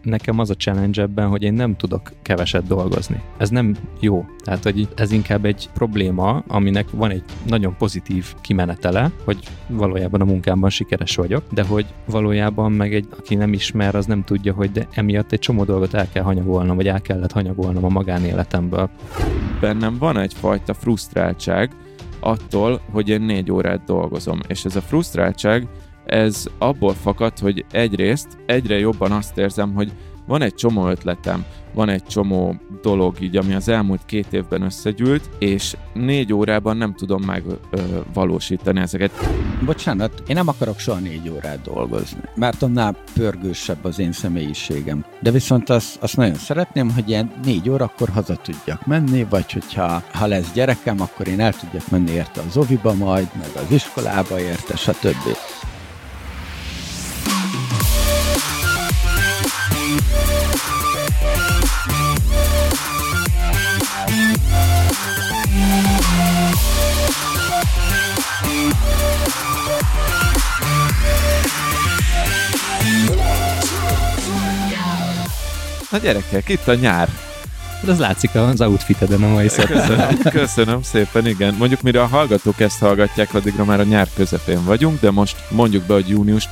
nekem az a challenge ebben, hogy én nem tudok keveset dolgozni. Ez nem jó. Tehát, hogy ez inkább egy probléma, aminek van egy nagyon pozitív kimenetele, hogy valójában a munkámban sikeres vagyok, de hogy valójában meg aki nem ismer, az nem tudja, hogy de emiatt egy csomó dolgot el kell hanyagolnom, vagy el kellett hanyagolnom a magánéletemből. Bennem van egyfajta frusztráltság attól, hogy én 4 órát dolgozom. És ez a frusztráltság, ez abból fakad, hogy egyrészt egyre jobban azt érzem, hogy van egy csomó ötletem, van egy csomó dolog így, ami az elmúlt 2 évben összegyűlt, és 4 órában nem tudom megvalósítani ezeket. Bocsánat, én nem akarok soha 4 órát dolgozni, mert annál pörgősebb az én személyiségem. De viszont azt nagyon szeretném, hogy ilyen 4 órakor haza tudjak menni, vagy hogyha lesz gyerekem, akkor én el tudjak menni érte az oviba majd, meg az iskolába érte, stb. Na gyerekek, itt a nyár. De az látszik az outfiteden a mai Köszönöm szépen, igen. Mondjuk mire a hallgatók ezt hallgatják, addigra már a nyár közepén vagyunk, de most mondjuk be, hogy június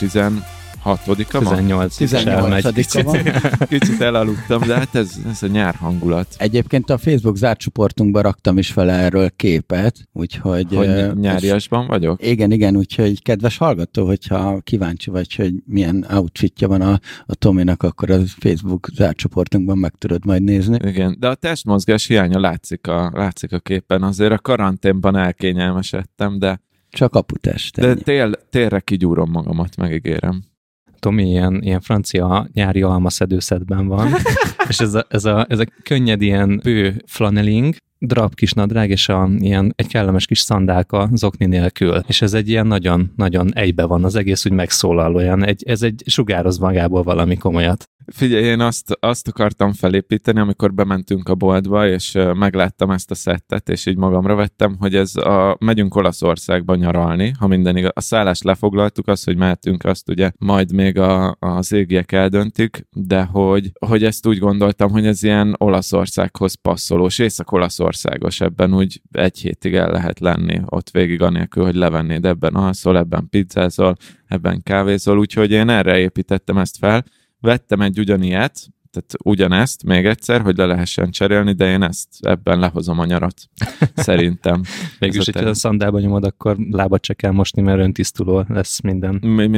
16-a van? 18-a van. Kicsit elaludtam, de hát ez a nyár hangulat. Egyébként a Facebook zárt csoportunkban raktam is fel erről képet, úgyhogy... Hogy nyáriasban vagyok? Igen, úgyhogy kedves hallgató, hogyha kíváncsi vagy, hogy milyen outfitja van a Tominak, akkor a Facebook zárt csoportunkban meg tudod majd nézni. Igen, de a testmozgás hiánya látszik a képen. Azért a karanténban elkényelmesedtem, de... Csak aputest. De télre kigyúrom magamat, megígérem. Tomi ilyen francia nyári almaszedőszedben van, és ez a könnyed ilyen bő flaneling, drap kis nadrág, és egy kellemes kis szandálka zokni nélkül. És ez egy ilyen nagyon egybe van, az egész úgy megszólal olyan, ez egy sugároz magából valami komolyat. Figyelj, én azt akartam felépíteni, amikor bementünk a boltba, és megláttam ezt a szettet, és így magamra vettem, hogy megyünk Olaszországba nyaralni, ha minden igaz. A szállást lefoglaltuk, azt, hogy mehetünk, azt ugye majd még az égiek eldöntik, de hogy ezt úgy gondoltam, hogy ez ilyen Olaszországhoz passzolós, Észak-Olaszországos, ebben úgy 1 hétig el lehet lenni ott végig, anélkül, hogy levennéd, ebben alszol, ebben pizzázol, ebben kávézol, úgyhogy én erre építettem ezt fel. Vettem egy ugyanilyet, tehát ugyanezt még egyszer, hogy le lehessen cserélni, de én ebben lehozom a nyarat, szerintem. Végülis, hogyha a szandába nyomod, akkor lábat se kell mosni, mert öntisztuló lesz minden.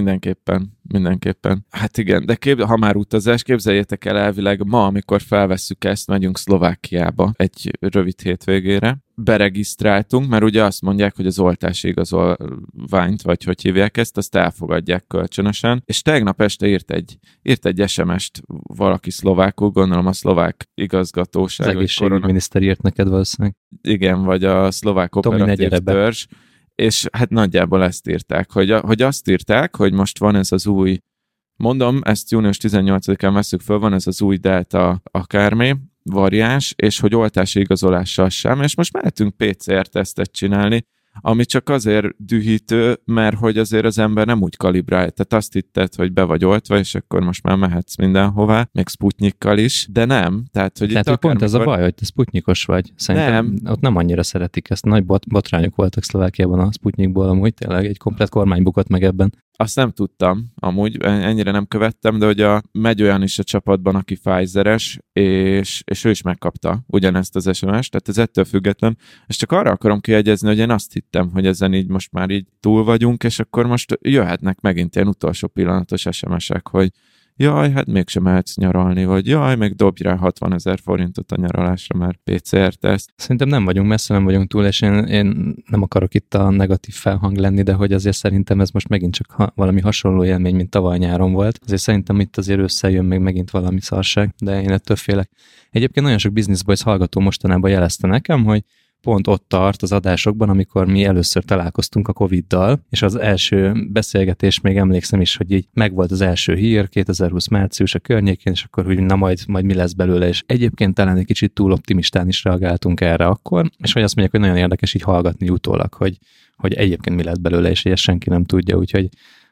Mindenképpen. Hát igen, de ha már utazás, képzeljétek el elvileg ma, amikor felvesszük ezt, megyünk Szlovákiába egy rövid hétvégére. Beregisztráltunk, mert ugye azt mondják, hogy az oltási igazolványt, vagy hogy hívják ezt, azt elfogadják kölcsönösen, és tegnap este írt egy SMS-t valaki szlovákul, gondolom a szlovák igazgatóság. Az egészségügyminiszter írt neked valószínűleg. Igen, vagy a szlovák operatív törzs, és hát nagyjából ezt írták, hogy azt írták, hogy most van ez az új, mondom, ezt június 18-án veszük föl, van ez az új delta akármi, variáns, és hogy oltási igazolással sem, és most mehetünk PCR-tesztet csinálni, ami csak azért dühítő, mert hogy azért az ember nem úgy kalibrál, tehát azt hitted, hogy be vagy oltva, és akkor most már mehetsz mindenhová, még Sputnikkal is, de nem. Tehát, hogy pont ez a baj, hogy te Sputnikos vagy. Szerintem ott nem annyira szeretik ezt. Nagy botrányok voltak Szlovákiában a Sputnikból, amúgy tényleg egy komplett kormány bukott meg ebben. Azt nem tudtam, amúgy ennyire nem követtem, de hogy megy olyan is a csapatban, aki Pfizeres, és ő is megkapta ugyanezt az SMS-t, tehát ez ettől független. És csak arra akarom kijegyezni, hogy én azt hittem, hogy ezen így most már így túl vagyunk, és akkor most jöhetnek megint ilyen utolsó pillanatos SMS-ek, hogy jaj, hát mégsem mehetsz nyaralni, vagy jaj, meg dobj rá 60 000 forintot a nyaralásra, mert PCR-teszt. Szerintem nem vagyunk messze, nem vagyunk túl, és én nem akarok itt a negatív felhang lenni, de hogy azért szerintem ez most megint csak valami hasonló élmény, mint tavaly nyáron volt. Azért szerintem itt azért összejön még megint valami szarság, de én ettől félek. Egyébként nagyon sok Business Boys hallgató mostanában jelezte nekem, hogy pont ott tart az adásokban, amikor mi először találkoztunk a Covid-dal, és az első beszélgetés, még emlékszem is, hogy így megvolt az első hír, 2020 március a környékén, és akkor, hogy na majd mi lesz belőle, és egyébként talán egy kicsit túl optimistán is reagáltunk erre akkor, és hogy azt mondják, hogy nagyon érdekes így hallgatni utólag, hogy egyébként mi lett belőle, és ezt senki nem tudja, úgyhogy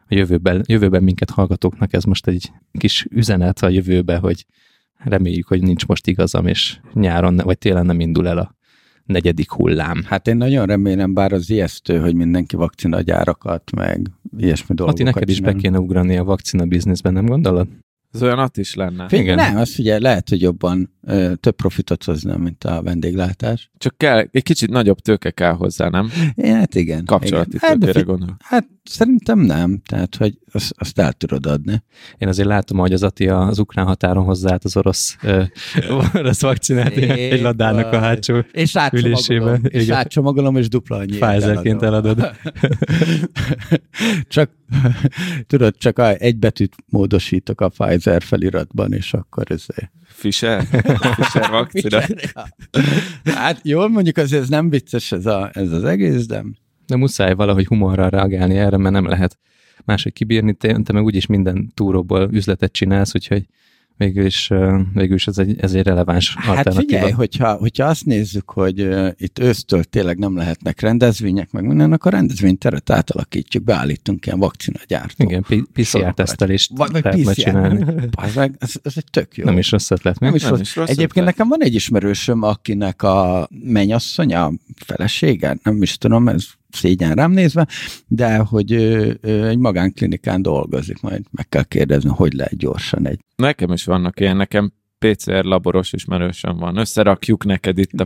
jövőben minket hallgatóknak ez most egy kis üzenet a jövőbe, hogy reméljük, hogy nincs most igazam, és nyáron vagy télen nem indul el a 4. hullám. Hát én nagyon remélem, bár az ijesztő, hogy mindenki vakcinagyárakat, meg ilyesmi dolgokat. Ati, neked is be kéne ugrani a vakcina bizniszben, nem gondolod? Ez olyan is lenne. Igen. Nem, azt figyelj, lehet, hogy jobban több profitot hozna, mint a vendéglátás. Csak kell, egy kicsit nagyobb tőke kell hozzá, nem? Hát igen. Kapcsolati tőkére gondolom. Hát szerintem nem, tehát hogy azt el tudod adni. Én azért látom, hogy az Ati az ukrán határon hozzáállt az orosz vakcinát egy ladának a hátsó ülésébe. És átcsomagolom, és dupla annyi. Pfizerként eladod. Csak tudod, csak egy betűt módosítok a Pfizer feliratban, és akkor ez... Fischer vakcina. Hát jól, mondjuk azért ez nem vicces ez az egész, de muszáj valahogy humorral reagálni erre, mert nem lehet máshogy kibírni. Te meg úgyis minden túróból üzletet csinálsz, úgyhogy végül is ez egy releváns alternatíva. Hát figyelj, hogyha azt nézzük, hogy itt ősztől tényleg nem lehetnek rendezvények, meg minden, akkor rendezvényteret átalakítjuk, beállítunk ilyen vakcinagyártót. Igen, PCR-tesztelést lehetne csinálni. Ez egy tök jó. Nem is rossz ötlet. Nem is rossz Egyébként ötlet. Nekem van egy ismerősöm, akinek a mennyasszonya, felesége, nem is tudom, ez szégyen rám nézve, de hogy egy magánklinikán dolgozik, majd meg kell kérdezni, hogy lehet gyorsan egy. Nekem is vannak ilyen, nekem PCR laboros ismerősöm van. Összerakjuk neked itt a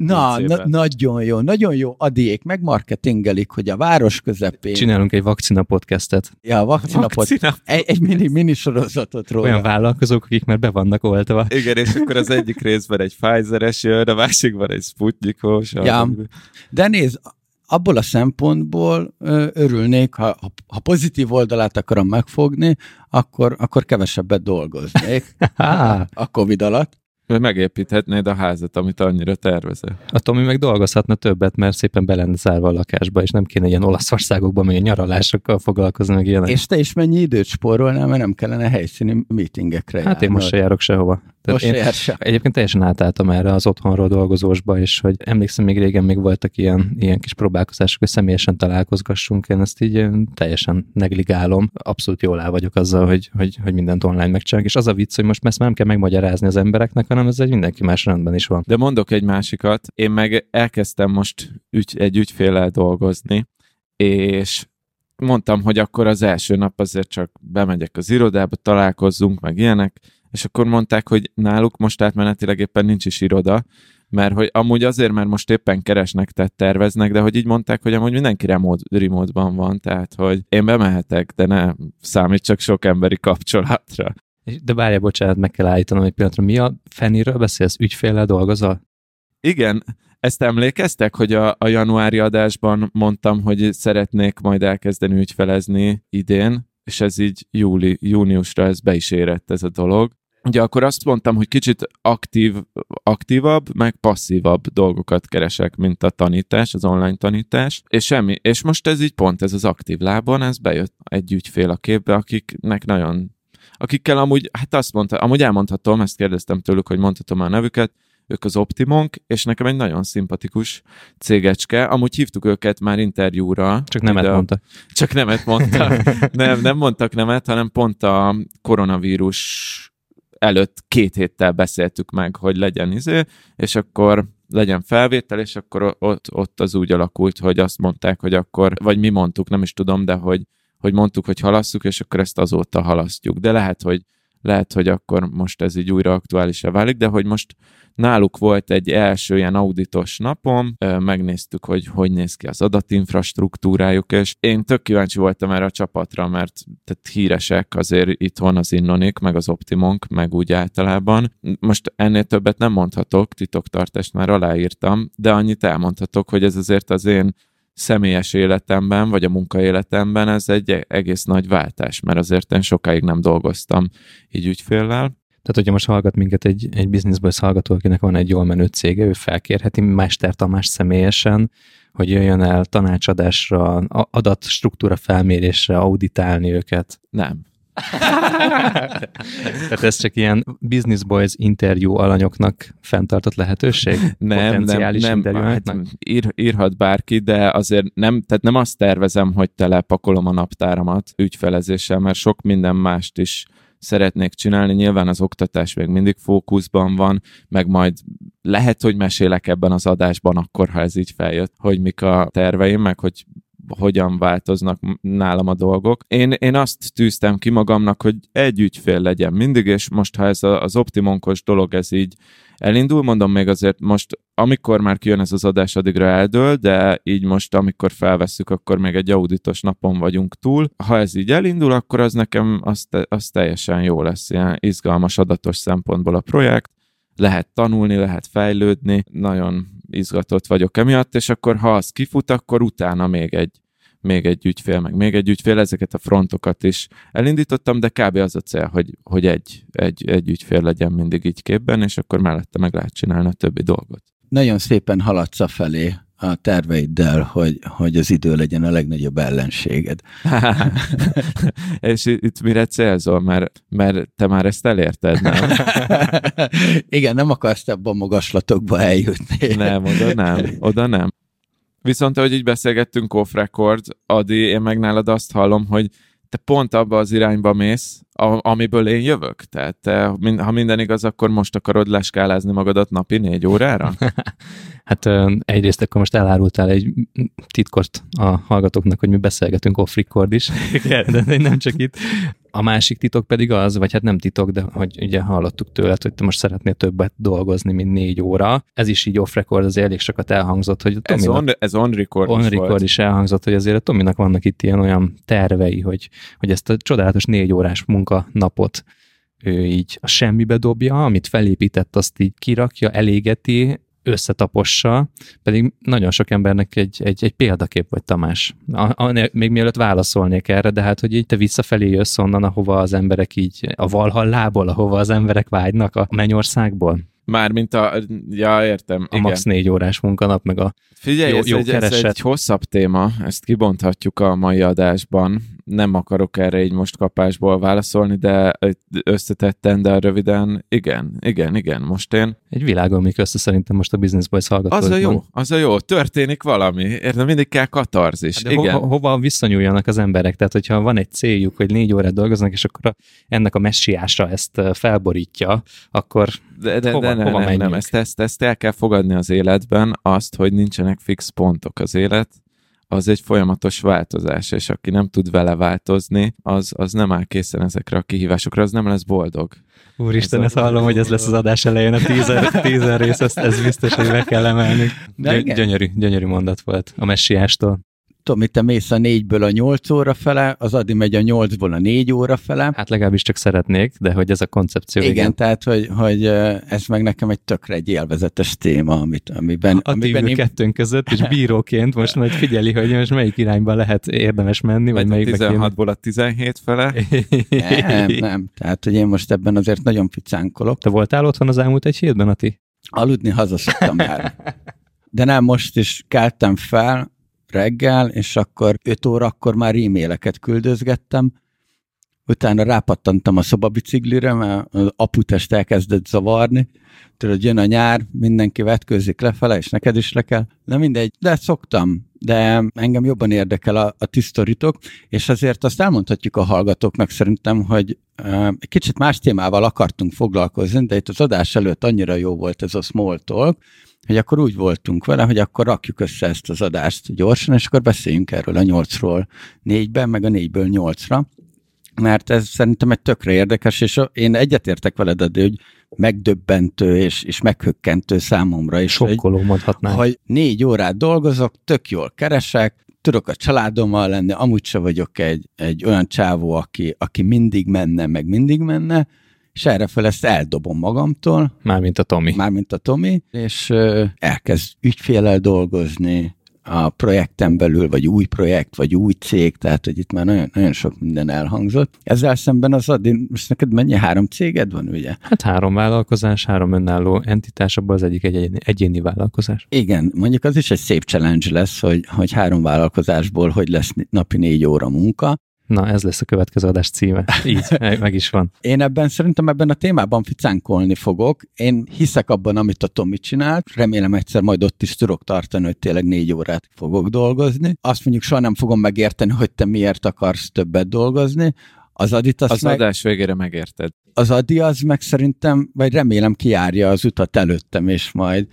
nagyon jó Adiék, megmarketingelik, hogy a város közepén. Csinálunk egy vakcina podcastet. Ja, a vakcina podcast. Egy mini sorozatot róla. Olyan vállalkozók, akik már be vannak oltva. Igen, és akkor az egyik részben egy Pfizer-es jön, a másikban egy Sputnikos. Ja, de nézd, abból a szempontból örülnék, ha pozitív oldalát akarom megfogni, akkor kevesebbet dolgoznék a Covid alatt. Megépíthetnéd a házat, amit annyira tervezel. A Tomi meg dolgozhatna többet, mert szépen be lenne zárva a lakásba, és nem kéne ilyen Olaszországokban, meg nyaralásokkal foglalkozni, meg ilyenek. És te is mennyi időt spórolnál, mert nem kellene helyszíni meetingekre járni. Hát én most se járok sehova. Egyébként teljesen átálltam erre az otthonról dolgozósba, és hogy emlékszem, még régen még voltak ilyen kis próbálkozások, hogy személyesen találkozgassunk, én ezt így teljesen negligálom. Abszolút jól áll vagyok azzal, hogy mindent online megcsinálok, és az a vicc, hogy most ezt már nem kell megmagyarázni az embereknek, hanem ez egy mindenki más rendben is van. De mondok egy másikat, én meg elkezdtem most egy ügyféllel dolgozni, és mondtam, hogy akkor az első nap azért csak bemegyek az irodába, találkozzunk, meg ilyenek, és akkor mondták, hogy náluk most átmenetileg éppen nincs is iroda, mert hogy amúgy azért, mert most éppen keresnek, tehát terveznek, de hogy így mondták, hogy amúgy mindenki remote-ban van, tehát hogy én bemehetek, de ne számít csak sok emberi kapcsolatra. De várjál, bocsánat, meg kell állítanom egy pillanatra. Mi a feniről beszélsz? Ügyféllel dolgozol? Igen, ezt emlékeztek, hogy a januári adásban mondtam, hogy szeretnék majd elkezdeni ügyfelezni idén, és ez így júniusra ez be is érett ez a dolog. Ugye akkor azt mondtam, hogy kicsit aktívabb, meg passzívabb dolgokat keresek, mint a tanítás, az online tanítás, és semmi. És most ez így pont, ez az aktív lábon, ez bejött egy ügyfél a képbe, akikkel amúgy, hát azt mondta, amúgy elmondhatom, ezt kérdeztem tőlük, hogy mondhatom a nevüket, ők az Optimonk, és nekem egy nagyon szimpatikus cégecske, amúgy hívtuk őket már interjúra. Csak nemet mondtak. Csak nemet mondtak. Nem mondtak nemet, hanem pont a koronavírus előtt 2 héttel beszéltük meg, hogy legyen és akkor legyen felvétel, és akkor ott az úgy alakult, hogy azt mondták, hogy akkor, vagy mi mondtuk, nem is tudom, de hogy mondtuk, hogy halasszuk, és akkor ezt azóta halasztjuk. De lehet, hogy akkor most ez így újra aktuálisra válik, de hogy most náluk volt egy első ilyen auditos napom, megnéztük, hogy néz ki az adatinfrastruktúrájuk, és én tök kíváncsi voltam erre a csapatra, mert tehát híresek azért itthon az Innonik, meg az Optimonk, meg úgy általában. Most ennél többet nem mondhatok, titoktartást már aláírtam, de annyit elmondhatok, hogy ez azért az én személyes életemben, vagy a munkaéletemben ez egy egész nagy váltás, mert azért én sokáig nem dolgoztam így ügyféllel. Tehát, hogyha most hallgat minket egy businessből hallgató, akinek van egy jól menő cége, ő felkérheti Mester Tamás személyesen, hogy jöjjön el tanácsadásra, adatstruktúra felmérésre, auditálni őket. Nem. Tehát ez csak ilyen business boys interjú alanyoknak fenntartott lehetőség? Nem, hát írhat bárki, de azért tehát nem azt tervezem, hogy telepakolom a naptáramat ügyfelezéssel, mert sok minden mást is szeretnék csinálni. Nyilván az oktatás még mindig fókuszban van, meg majd lehet, hogy mesélek ebben az adásban akkor, ha ez így feljött, hogy mik a terveim, meg hogy hogyan változnak nálam a dolgok. Én azt tűztem ki magamnak, hogy egy ügyfél legyen mindig, és most, ha ez az optimonkos dolog, ez így elindul, mondom még azért most, amikor már kijön ez az adás, addigra eldől, de így most, amikor felvesszük, akkor még egy auditos napon vagyunk túl. Ha ez így elindul, akkor az nekem az teljesen jó lesz, ilyen izgalmas adatos szempontból a projekt, lehet tanulni, lehet fejlődni, nagyon izgatott vagyok emiatt, és akkor ha az kifut, akkor utána még egy ügyfél, meg még egy ügyfél, ezeket a frontokat is elindítottam, de kb. Az a cél, hogy egy ügyfél legyen mindig így képben, és akkor mellette meg lehet csinálni a többi dolgot. Nagyon szépen haladsz afelé a terveiddel, hogy az idő legyen a legnagyobb ellenséged. És itt mire célzol? Mert te már ezt elérted, nem? Igen, nem akarsz ebben a magaslatokba eljutni. Nem, oda nem. Viszont, ahogy így beszélgettünk off record, Adi, én meg nálad azt hallom, hogy te pont abba az irányba mész, amiből én jövök. Tehát te, ha minden igaz, akkor most akarod leskálázni magadat napi 4 órára? Hát egyrészt akkor most elárultál egy titkot a hallgatóknak, hogy mi beszélgetünk off record is, de nem csak itt. A másik titok pedig az, vagy hát nem titok, de hogy ugye hallottuk tőled, hogy te most szeretnél többet dolgozni, mint 4 óra. Ez is így off record, azért elég sokat elhangzott, hogy ez on record is volt. Is elhangzott, hogy azért a Tominak vannak itt ilyen olyan tervei, hogy ezt a csodálatos 4 órás munkanapot ő így a semmibe dobja, amit felépített, azt így kirakja, elégeti, összetapossa, pedig nagyon sok embernek egy példakép vagy, Tamás. Még mielőtt válaszolnék erre, de hát, hogy így te visszafelé jössz onnan, ahova az emberek így, a Valhallából, ahova az emberek vágynak, a mennyországból. Mármint értem. A max 4 órás munkanap, meg a Figyelj, ez egy hosszabb téma, ezt kibonthatjuk a mai adásban. Nem akarok erre így most kapásból válaszolni, de összetetten, de röviden, igen, most én... Egy világon még össze szerintem most a Business Boys hallgatókban. Az a jó, történik valami, értem, mindig kell katarzis, de igen. Hova visszanyúljanak az emberek? Tehát, hogyha van egy céljuk, hogy 4 órát dolgoznak, és akkor ennek a messiása ezt felborítja, akkor hova menjünk? Ezt el kell fogadni az életben, azt, hogy nincsenek fix pontok. Az élet az egy folyamatos változás, és aki nem tud vele változni, az nem áll készen ezekre a kihívásokra, az nem lesz boldog. Úristen, ezt hallom, hogy ez lesz az adás elején a 10 rész, ez biztos, hogy meg kell emelni. Gyönyörű mondat volt a messiástól. Tomi, te mész a 4-ből a 8 óra fele, az Adi megy a 8-ból a 4 óra fele. Hát legalábbis csak szeretnék, de hogy ez a koncepció. Igen, tehát, hogy ez meg nekem egy tökre egy élvezetes téma, amiben én... kettőnk között, és bíróként most majd figyeli, hogy most melyik irányba lehet érdemes menni, vagy melyik 16-ból a 17 fele. Nem. Tehát, hogy én most ebben azért nagyon ficánkolok. Te voltál otthon az elmúlt egy hétben, Ati? Aludni hazaszoktam már. De nem, most is keltem fel reggel, és akkor 5 órakor már e-maileket küldözgettem. Utána rápattantam a szobabiciklire, mert az aputest elkezdett zavarni. Tudod, jön a nyár, mindenki vetkőzik lefele, és neked is le kell. De mindegy, de szoktam. De engem jobban érdekel a tisztoritok, és azért azt elmondhatjuk a hallgatóknak szerintem, hogy egy kicsit más témával akartunk foglalkozni, de itt az adás előtt annyira jó volt ez a small talk, hogy akkor úgy voltunk vele, hogy akkor rakjuk össze ezt az adást gyorsan, és akkor beszéljünk erről a 8-ról 4-ben, meg a 4-ből 8-ra, mert ez szerintem egy tökre érdekes, és én egyetértek veled, Adi, hogy megdöbbentő és meghökkentő számomra is. Sokkoló mondhatnám. Hogy 4 órát dolgozok, tök jól keresek, tudok a családommal lenni, amúgy se vagyok egy olyan csávó, aki mindig menne, és errefel ezt eldobom magamtól. Mármint a Tomi. És elkezd ügyféllel dolgozni a projekten belül, vagy új projekt, vagy új cég, tehát hogy itt már nagyon, nagyon sok minden elhangzott. Ezzel szemben az Adi, most neked mennyi 3 céged van, ugye? Hát 3 vállalkozás, 3 önálló entitás, abban az egyik egy egyéni vállalkozás. Igen, mondjuk az is egy szép challenge lesz, hogy 3 vállalkozásból hogy lesz napi 4 óra munka. Na, ez lesz a következő adás címe. Így, meg is van. Én szerintem ebben a témában ficánkolni fogok. Én hiszek abban, amit a Tomi csinált. Remélem egyszer majd ott is tudok tartani, hogy tényleg 4 órát fogok dolgozni. Azt mondjuk soha nem fogom megérteni, hogy te miért akarsz többet dolgozni. Az adás végére megérted. Az Adi az meg szerintem, vagy remélem kijárja az utat előttem, és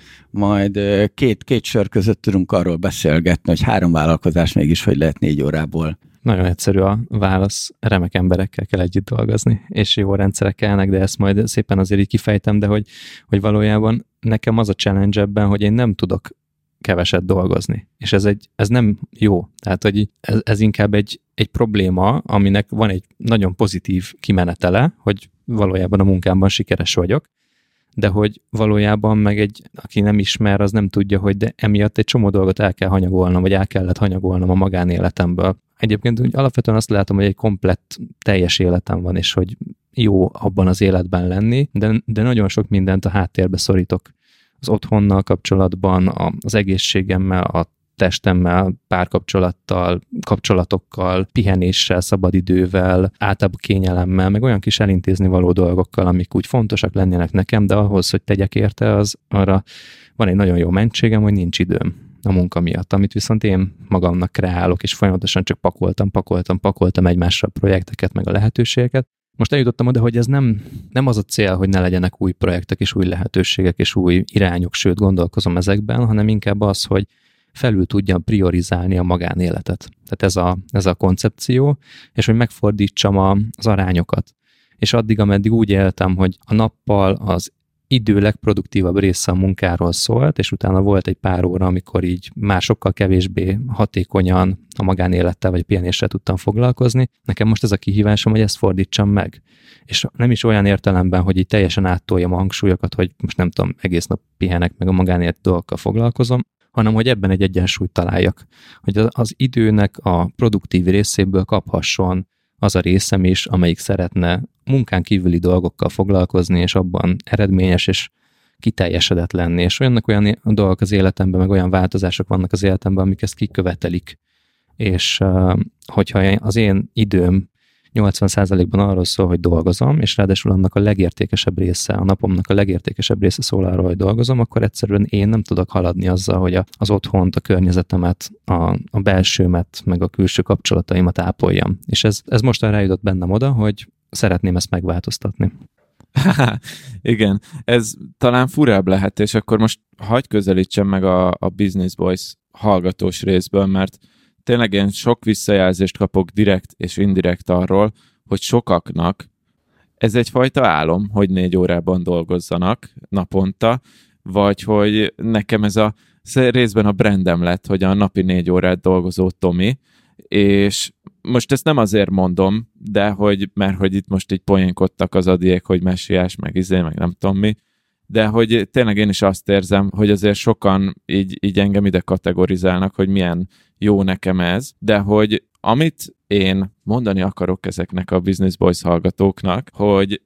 majd két sör között tudunk arról beszélgetni, hogy 3 vállalkozás mégis hogy lehet 4 órából. Nagyon egyszerű a válasz, remek emberekkel kell együtt dolgozni, és jó rendszerek kellnek, de ezt majd szépen azért így kifejtem, de hogy valójában nekem az a challenge ebben, hogy én nem tudok keveset dolgozni. És ez nem jó. Tehát, hogy ez inkább egy probléma, aminek van egy nagyon pozitív kimenetele, hogy valójában a munkámban sikeres vagyok, de hogy valójában meg aki nem ismer, az nem tudja, hogy de emiatt egy csomó dolgot el kell hanyagolnom, vagy el kellett hanyagolnom a magánéletemből. Egyébként úgy alapvetően azt látom, hogy egy komplett teljes életem van, és hogy jó abban az életben lenni, de nagyon sok mindent a háttérbe szorítok. Az otthonnal kapcsolatban, az egészségemmel, a testemmel, párkapcsolattal, kapcsolatokkal, pihenéssel, szabadidővel, általában kényelemmel, meg olyan kis elintézni való dolgokkal, amik úgy fontosak lennének nekem, de ahhoz, hogy tegyek érte, arra van egy nagyon jó mentségem, hogy nincs időm a munka miatt, amit viszont én magamnak kreálok, és folyamatosan csak pakoltam egymásra a projekteket, meg a lehetőségeket. Most eljutottam oda, hogy ez nem az a cél, hogy ne legyenek új projektek, és új lehetőségek, és új irányok, sőt gondolkozom ezekben, hanem inkább az, hogy felül tudjam priorizálni a magánéletet. Tehát ez a koncepció, és hogy megfordítsam az arányokat. És addig, ameddig úgy éltem, hogy a nappal az idő legproduktívabb része a munkáról szólt, és utána volt egy pár óra, amikor így már sokkal kevésbé hatékonyan a magánélettel vagy a pihenéssel tudtam foglalkozni. Nekem most ez a kihívásom, hogy ezt fordítsam meg. És nem is olyan értelemben, hogy így teljesen áttoljam a hangsúlyokat, hogy most nem tudom, egész nap pihenek, meg a magánélet dolgokkal foglalkozom, hanem hogy ebben egy egyensúlyt találjak. Hogy az időnek a produktív részéből kaphasson az a részem is, amelyik szeretne munkán kívüli dolgokkal foglalkozni, és abban eredményes és kiteljesedett lenni. És olyan dolgok az életemben, meg olyan változások vannak az életemben, amik ezt kikövetelik. És hogyha az én időm 80%-ban arról szól, hogy dolgozom, és ráadásul annak a legértékesebb része, a napomnak a legértékesebb része szól arról, hogy dolgozom, akkor egyszerűen én nem tudok haladni azzal, hogy az otthont, a környezetemet, a belsőmet, meg a külső kapcsolataimat ápoljam. És ez mostan rájutott bennem oda, hogy szeretném ezt megváltoztatni. Igen, ez talán furább lehet, és akkor most hagyj közelítsem meg a Business Boys hallgatós részből, mert tényleg én sok visszajelzést kapok direkt és indirekt arról, hogy sokaknak ez egyfajta álom, hogy 4 órában dolgozzanak naponta, vagy hogy nekem ez részben a brandem lett, hogy a napi 4 órát dolgozó Tomi, és most ezt nem azért mondom, de mert hogy itt most így poénkodtak az Adiék, hogy messiás, meg meg nem tudom mi, de hogy tényleg én is azt érzem, hogy azért sokan így engem ide kategorizálnak, hogy milyen jó nekem ez, de hogy amit én mondani akarok ezeknek a Business Boys hallgatóknak, hogy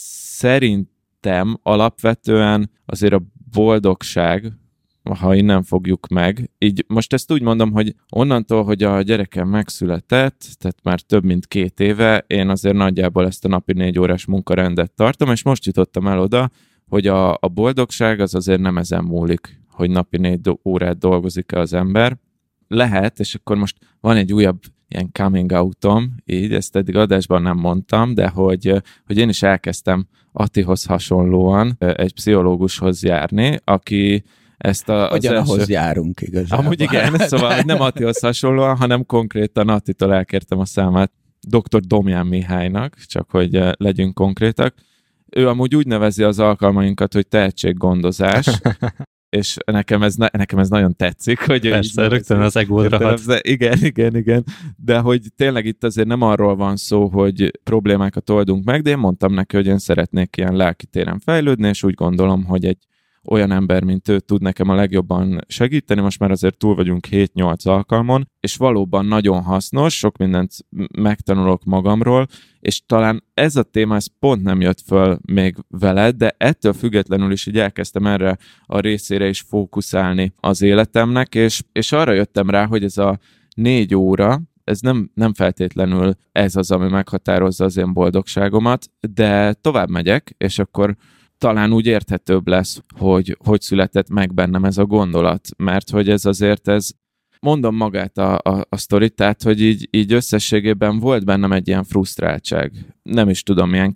szerintem alapvetően azért a boldogság, ha innen fogjuk meg, így most ezt úgy mondom, hogy onnantól, hogy a gyerekem megszületett, tehát már több mint 2 éve, én azért nagyjából ezt a napi 4 órás munkarendet tartom, és most jutottam el oda, hogy a boldogság az azért nem ezen múlik, hogy napi 4 órát dolgozik-e az ember. Lehet, és akkor most van egy újabb ilyen coming out-om, így ezt eddig adásban nem mondtam, de hogy én is elkezdtem Attihoz hasonlóan egy pszichológushoz járni, aki ezt ahhoz járunk igazából. Amúgy igen, szóval nem Attihoz hasonlóan, hanem konkrétan Attitól elkértem a számát dr. Domján Mihálynak, csak hogy legyünk konkrétak. Ő amúgy úgy nevezi az alkalmainkat, hogy tehetséggondozás, és nekem ez nagyon tetszik, hogy persze, rögtön az egódra. Igen, de hogy tényleg itt azért nem arról van szó, hogy problémákat oldunk meg, de én mondtam neki, hogy én szeretnék ilyen lelki téren fejlődni, és úgy gondolom, hogy egy olyan ember, mint ő tud nekem a legjobban segíteni, most már azért túl vagyunk 7-8 alkalmon, és valóban nagyon hasznos, sok mindent megtanulok magamról, és talán ez a téma, ez pont nem jött föl még veled, de ettől függetlenül is így elkezdtem erre a részére is fókuszálni az életemnek, és arra jöttem rá, hogy ez a 4 óra, ez nem feltétlenül ez az, ami meghatározza az én boldogságomat, de tovább megyek, és akkor talán úgy érthetőbb lesz, hogy született meg bennem ez a gondolat, mert hogy ez azért, mondom magát a sztorit, tehát, hogy így összességében volt bennem egy ilyen frusztráltság. Nem is tudom, ilyen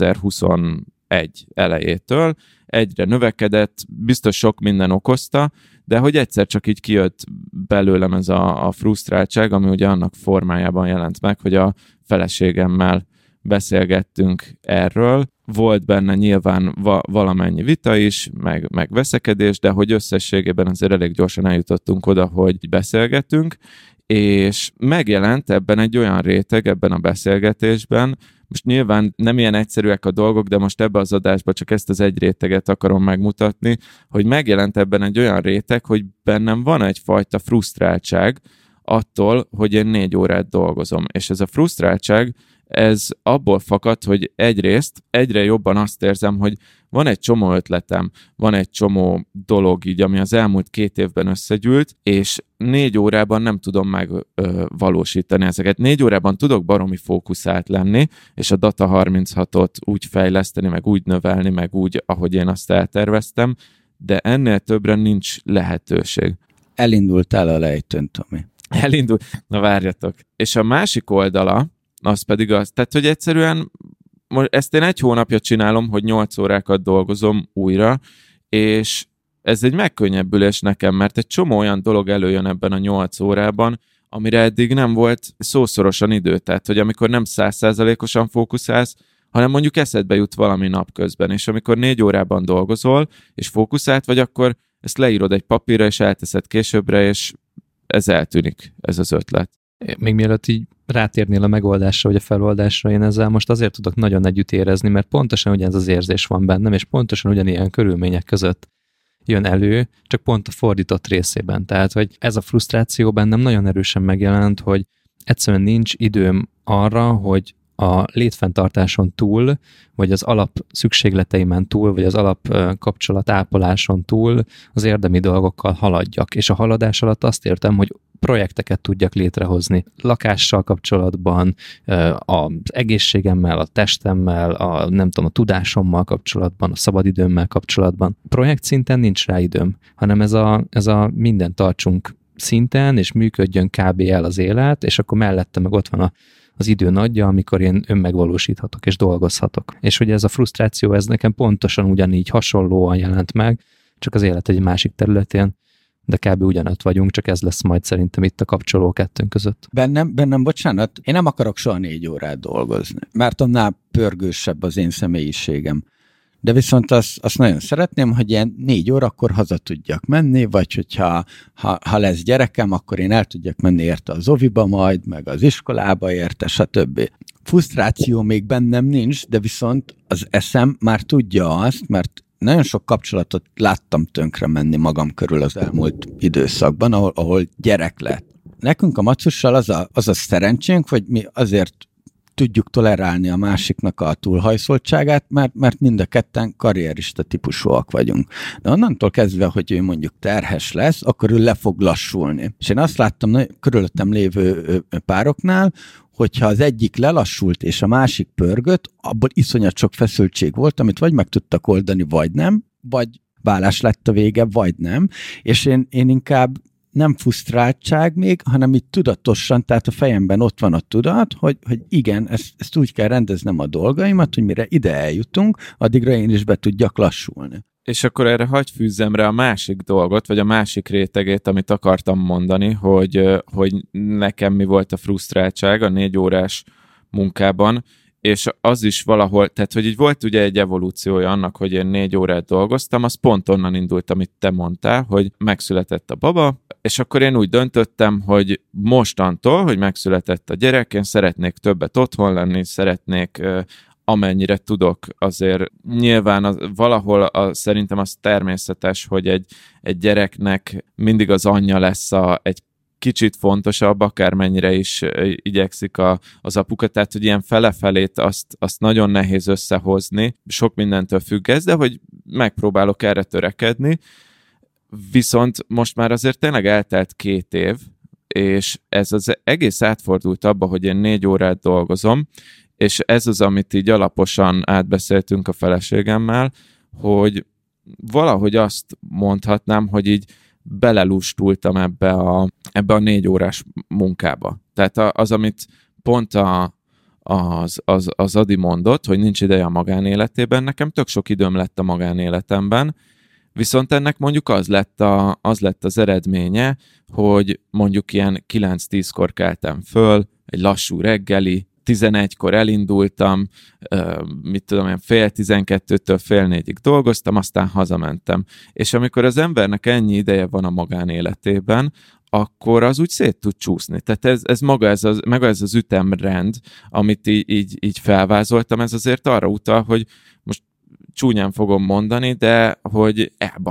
2021 elejétől egyre növekedett, biztos sok minden okozta, de hogy egyszer csak így kijött belőlem ez a frusztráltság, ami ugye annak formájában jelent meg, hogy a feleségemmel beszélgettünk erről. Volt benne nyilván valamennyi vita is, meg veszekedés, de hogy összességében azért elég gyorsan eljutottunk oda, hogy beszélgetünk, és megjelent ebben egy olyan réteg, ebben a beszélgetésben, most nyilván nem ilyen egyszerűek a dolgok, de most ebbe az adásba csak ezt az egy réteget akarom megmutatni, hogy megjelent ebben egy olyan réteg, hogy bennem van egyfajta frusztráltság attól, hogy én 4 órát dolgozom. És ez a frusztráltság, ez abból fakad, hogy egyrészt egyre jobban azt érzem, hogy van egy csomó ötletem, van egy csomó dolog így, ami az elmúlt 2 évben összegyűlt, és 4 órában nem tudom megvalósítani ezeket. 4 órában tudok baromi fókuszált lenni, és a Data 36-ot úgy fejleszteni, meg úgy növelni, meg úgy, ahogy én azt elterveztem, de ennél többre nincs lehetőség. Elindultál a lejtőn, Tomi. Na várjatok. És a másik oldala, az pedig az, tehát, hogy egyszerűen ezt én 1 hónapja csinálom, hogy 8 órákat dolgozom újra, és ez egy megkönnyebbülés nekem, mert egy csomó olyan dolog előjön ebben a 8 órában, amire eddig nem volt szószorosan idő. Tehát, hogy amikor nem 100%-osan fókuszálsz, hanem mondjuk eszedbe jut valami napközben, és amikor 4 órában dolgozol, és fókuszált vagy, akkor ezt leírod egy papírra, és elteszed későbbre, és ez eltűnik, ez az ötlet. Még mielőtt így rátérnél a megoldásra, vagy a feloldásra, én ezzel most azért tudok nagyon együtt érezni, mert pontosan ugyanez az érzés van bennem, és pontosan ugyanilyen körülmények között jön elő, csak pont a fordított részében. Tehát, hogy ez a frusztráció bennem nagyon erősen megjelent, hogy egyszerűen nincs időm arra, hogy a létfenntartáson túl, vagy az alap szükségleteimen túl, vagy az alap kapcsolat ápoláson túl az érdemi dolgokkal haladjak. És a haladás alatt azt értem, hogy projekteket tudjak létrehozni. Lakással kapcsolatban, az egészségemmel, a testemmel, a tudásommal kapcsolatban, a szabadidőmmel kapcsolatban. Projekt szinten nincs rá időm, hanem ez a minden tartsunk szinten, és működjön kb. El az élet, és akkor mellette meg ott van az idő nagyja, amikor én önmegvalósíthatok és dolgozhatok. És hogy ez a frusztráció, ez nekem pontosan ugyanígy hasonlóan jelent meg, csak az élet egy másik területén, de kb. Ugyanott vagyunk, csak ez lesz majd szerintem itt a kapcsoló kettőnk között. Bennem, bocsánat, én nem akarok soha 4 órát dolgozni, mert annál pörgősebb az én személyiségem. De viszont azt nagyon szeretném, hogy ilyen 4 órakor haza tudjak menni, vagy hogyha ha lesz gyerekem, akkor én el tudjak menni érte az oviba majd, meg az iskolába érte, stb. Frusztráció még bennem nincs, de viszont az eszem már tudja azt, mert nagyon sok kapcsolatot láttam tönkre menni magam körül az elmúlt időszakban, ahol gyerek lett. Nekünk a Macussal az a szerencsénk, hogy mi azért tudjuk tolerálni a másiknak a túlhajszoltságát, mert mind a ketten karrierista típusúak vagyunk. De onnantól kezdve, hogy ő mondjuk terhes lesz, akkor ő le fog lassulni. És én azt láttam körülöttem lévő pároknál, hogyha az egyik lelassult és a másik pörgött, abból iszonyat sok feszültség volt, amit vagy meg tudtak oldani, vagy nem, vagy válás lett a vége, vagy nem. És én inkább nem frusztráltság még, hanem így tudatosan, tehát a fejemben ott van a tudat, hogy igen, ezt úgy kell rendeznem a dolgaimat, hogy mire ide eljutunk, addigra én is be tudjak lassulni. És akkor erre hagyj fűzzem rá a másik dolgot, vagy a másik rétegét, amit akartam mondani, hogy nekem mi volt a frusztráltság a 4 órás munkában, és az is valahol, tehát hogy így volt ugye egy evolúciója annak, hogy én 4 órát dolgoztam, az pont onnan indult, amit te mondtál, hogy megszületett a baba, és akkor én úgy döntöttem, hogy mostantól, hogy megszületett a gyerek, én szeretnék többet otthon lenni, szeretnék amennyire tudok, azért nyilván valahol szerintem az természetes, hogy egy gyereknek mindig az anyja lesz egy kicsit fontosabb, akármennyire is igyekszik az apuka, tehát hogy ilyen fele-felét azt nagyon nehéz összehozni, sok mindentől függ ez, de hogy megpróbálok erre törekedni, viszont most már azért tényleg eltelt 2 év, és ez az egész átfordult abba, hogy én 4 órát dolgozom, és ez az, amit így alaposan átbeszéltünk a feleségemmel, hogy valahogy azt mondhatnám, hogy így belelustultam ebbe a 4 órás munkába. Tehát az, amit pont az Adi mondott, hogy nincs ideje a magánéletében, nekem tök sok időm lett a magánéletemben, viszont ennek mondjuk az lett az eredménye, hogy mondjuk ilyen 9-10-kor keltem föl, egy lassú reggeli, 11-kor elindultam, mit tudom én, 11:30-től 3:30-ig dolgoztam, aztán hazamentem. És amikor az embernek ennyi ideje van a magánéletében, akkor az úgy szét tud csúszni. Tehát ez maga ez az ütemrend, amit így felvázoltam, ez azért arra utal, hogy most csúnyán fogom mondani, de hogy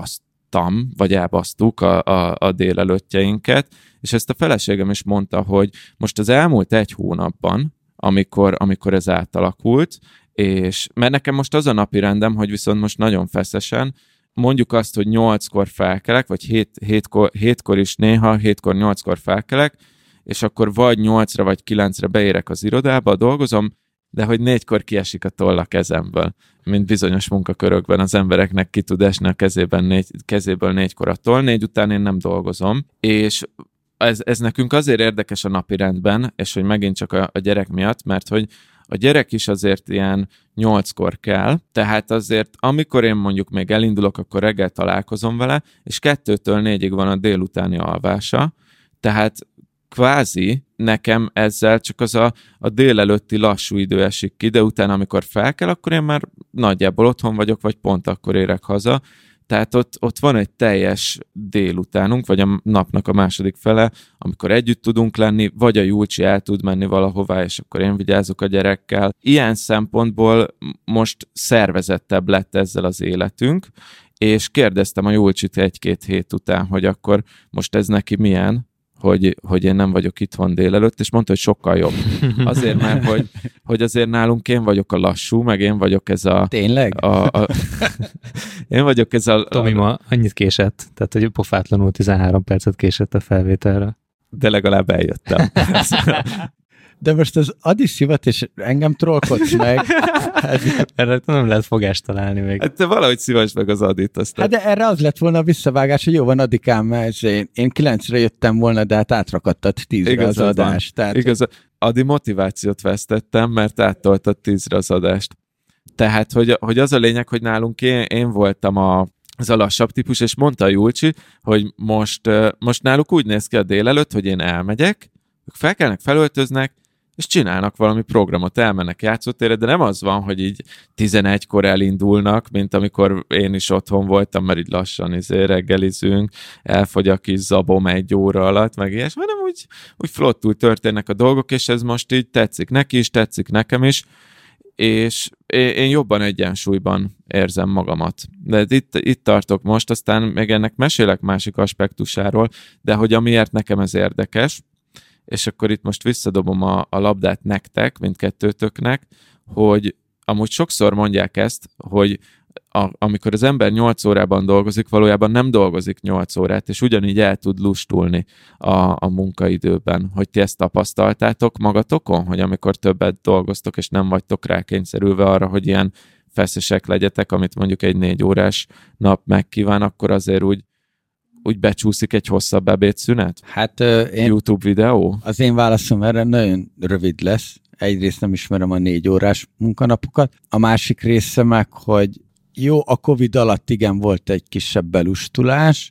elbasztuk a délelőttjeinket, és ezt a feleségem is mondta, hogy most az elmúlt 1 hónapban, amikor ez átalakult, és mert nekem most az a napi rendem, hogy viszont most nagyon feszesen, mondjuk azt, hogy 8-kor felkelek, vagy 7-kor is néha, 7-kor, 8-kor felkelek, és akkor vagy 8-ra, vagy 9-re beérek az irodába, dolgozom, de hogy 4-kor kiesik a toll a kezemből. Mint bizonyos munkakörökben az embereknek ki tud esni a kezéből 4-kor a toll, 4 után én nem dolgozom, és ez nekünk azért érdekes a napirendben, és hogy megint csak a gyerek miatt, mert hogy a gyerek is azért ilyen 8-kor kell, tehát azért amikor én mondjuk még elindulok, akkor reggel találkozom vele, és 2-től 4-ig van a délutáni alvása, tehát kvázi nekem ezzel csak az a délelőtti lassú idő esik ki, de utána amikor fel kell, akkor én már nagyjából otthon vagyok, vagy pont akkor érek haza. Tehát ott van egy teljes délutánunk, vagy a napnak a második fele, amikor együtt tudunk lenni, vagy a Julcsi el tud menni valahová, és akkor én vigyázok a gyerekkel. Ilyen szempontból most szervezettebb lett ezzel az életünk, és kérdeztem a Julcsit 1-2 hét után, hogy akkor most ez neki milyen, hogy én nem vagyok itthon délelőtt, és mondta, hogy sokkal jobb. Azért, mert hogy azért nálunk én vagyok a lassú, meg én vagyok ez a... Tényleg? Én vagyok ez a... Tomi ma annyit késett, tehát hogy pofátlanul 13 percet késett a felvételre. De legalább eljöttem. De most az Adi szivat, és engem trollkodsz meg. Erre nem lehet fogást találni még. Hát te valahogy szívasd meg az Adit. Aztán... Hát de erre az lett volna a visszavágás, hogy jó van Adikám, mert én 9-re jöttem volna, de hát átrakadtad 10-re az adást. Tehát... Igaz, Adi motivációt vesztettem, mert áttoltad 10-re az adást. Tehát, hogy az a lényeg, hogy nálunk én voltam az a lassabb típus, és mondta a Julcsi, hogy most náluk úgy néz ki a délelőtt, hogy én elmegyek, ők felkelnek, felöltöznek, és csinálnak valami programot, elmennek játszótérre, de nem az van, hogy így 11-kor elindulnak, mint amikor én is otthon voltam, mert így lassan reggelizünk, elfogy a kis zabom 1 óra alatt, meg ilyesmi, hanem úgy flottul történnek a dolgok, és ez most így tetszik neki is, tetszik nekem is, és én jobban egyensúlyban érzem magamat. De itt tartok most, aztán még ennek mesélek másik aspektusáról, de hogy amiért nekem ez érdekes, és akkor itt most visszadobom a labdát nektek, mindkettőtöknek, hogy amúgy sokszor mondják ezt, hogy amikor az ember 8 órában dolgozik, valójában nem dolgozik 8 órát, és ugyanígy el tud lustulni a munkaidőben. Hogy ti ezt tapasztaltátok magatokon, hogy amikor többet dolgoztok, és nem vagytok rákényszerülve arra, hogy ilyen feszesek legyetek, amit mondjuk egy 4 órás nap megkíván, akkor azért úgy becsúszik egy hosszabb ebédszünet? Hát YouTube videó? Az én válaszom erre nagyon rövid lesz. Egyrészt nem ismerem a 4 órás munkanapokat. A másik része meg, hogy jó, a Covid alatt igen volt egy kisebb belustulás,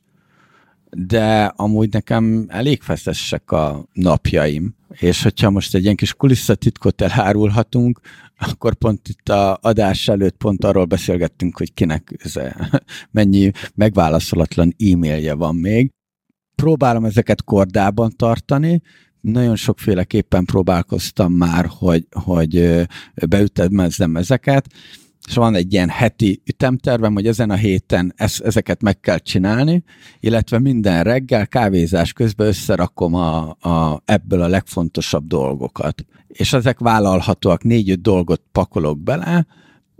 de amúgy nekem elég feszesek a napjaim. És hogyha most egy ilyen kis kulisszatitkot elárulhatunk, akkor pont itt a adás előtt pont arról beszélgettünk, hogy kinek mennyi megválaszolatlan e-mailje van még. Próbálom ezeket kordában tartani, nagyon sokféleképpen próbálkoztam már, hogy beütemezzem ezeket, és van egy ilyen heti ütemtervem, hogy ezen a héten ezeket meg kell csinálni, illetve minden reggel kávézás közben összerakom ebből a legfontosabb dolgokat. És ezek vállalhatóak, 4-5 dolgot pakolok bele,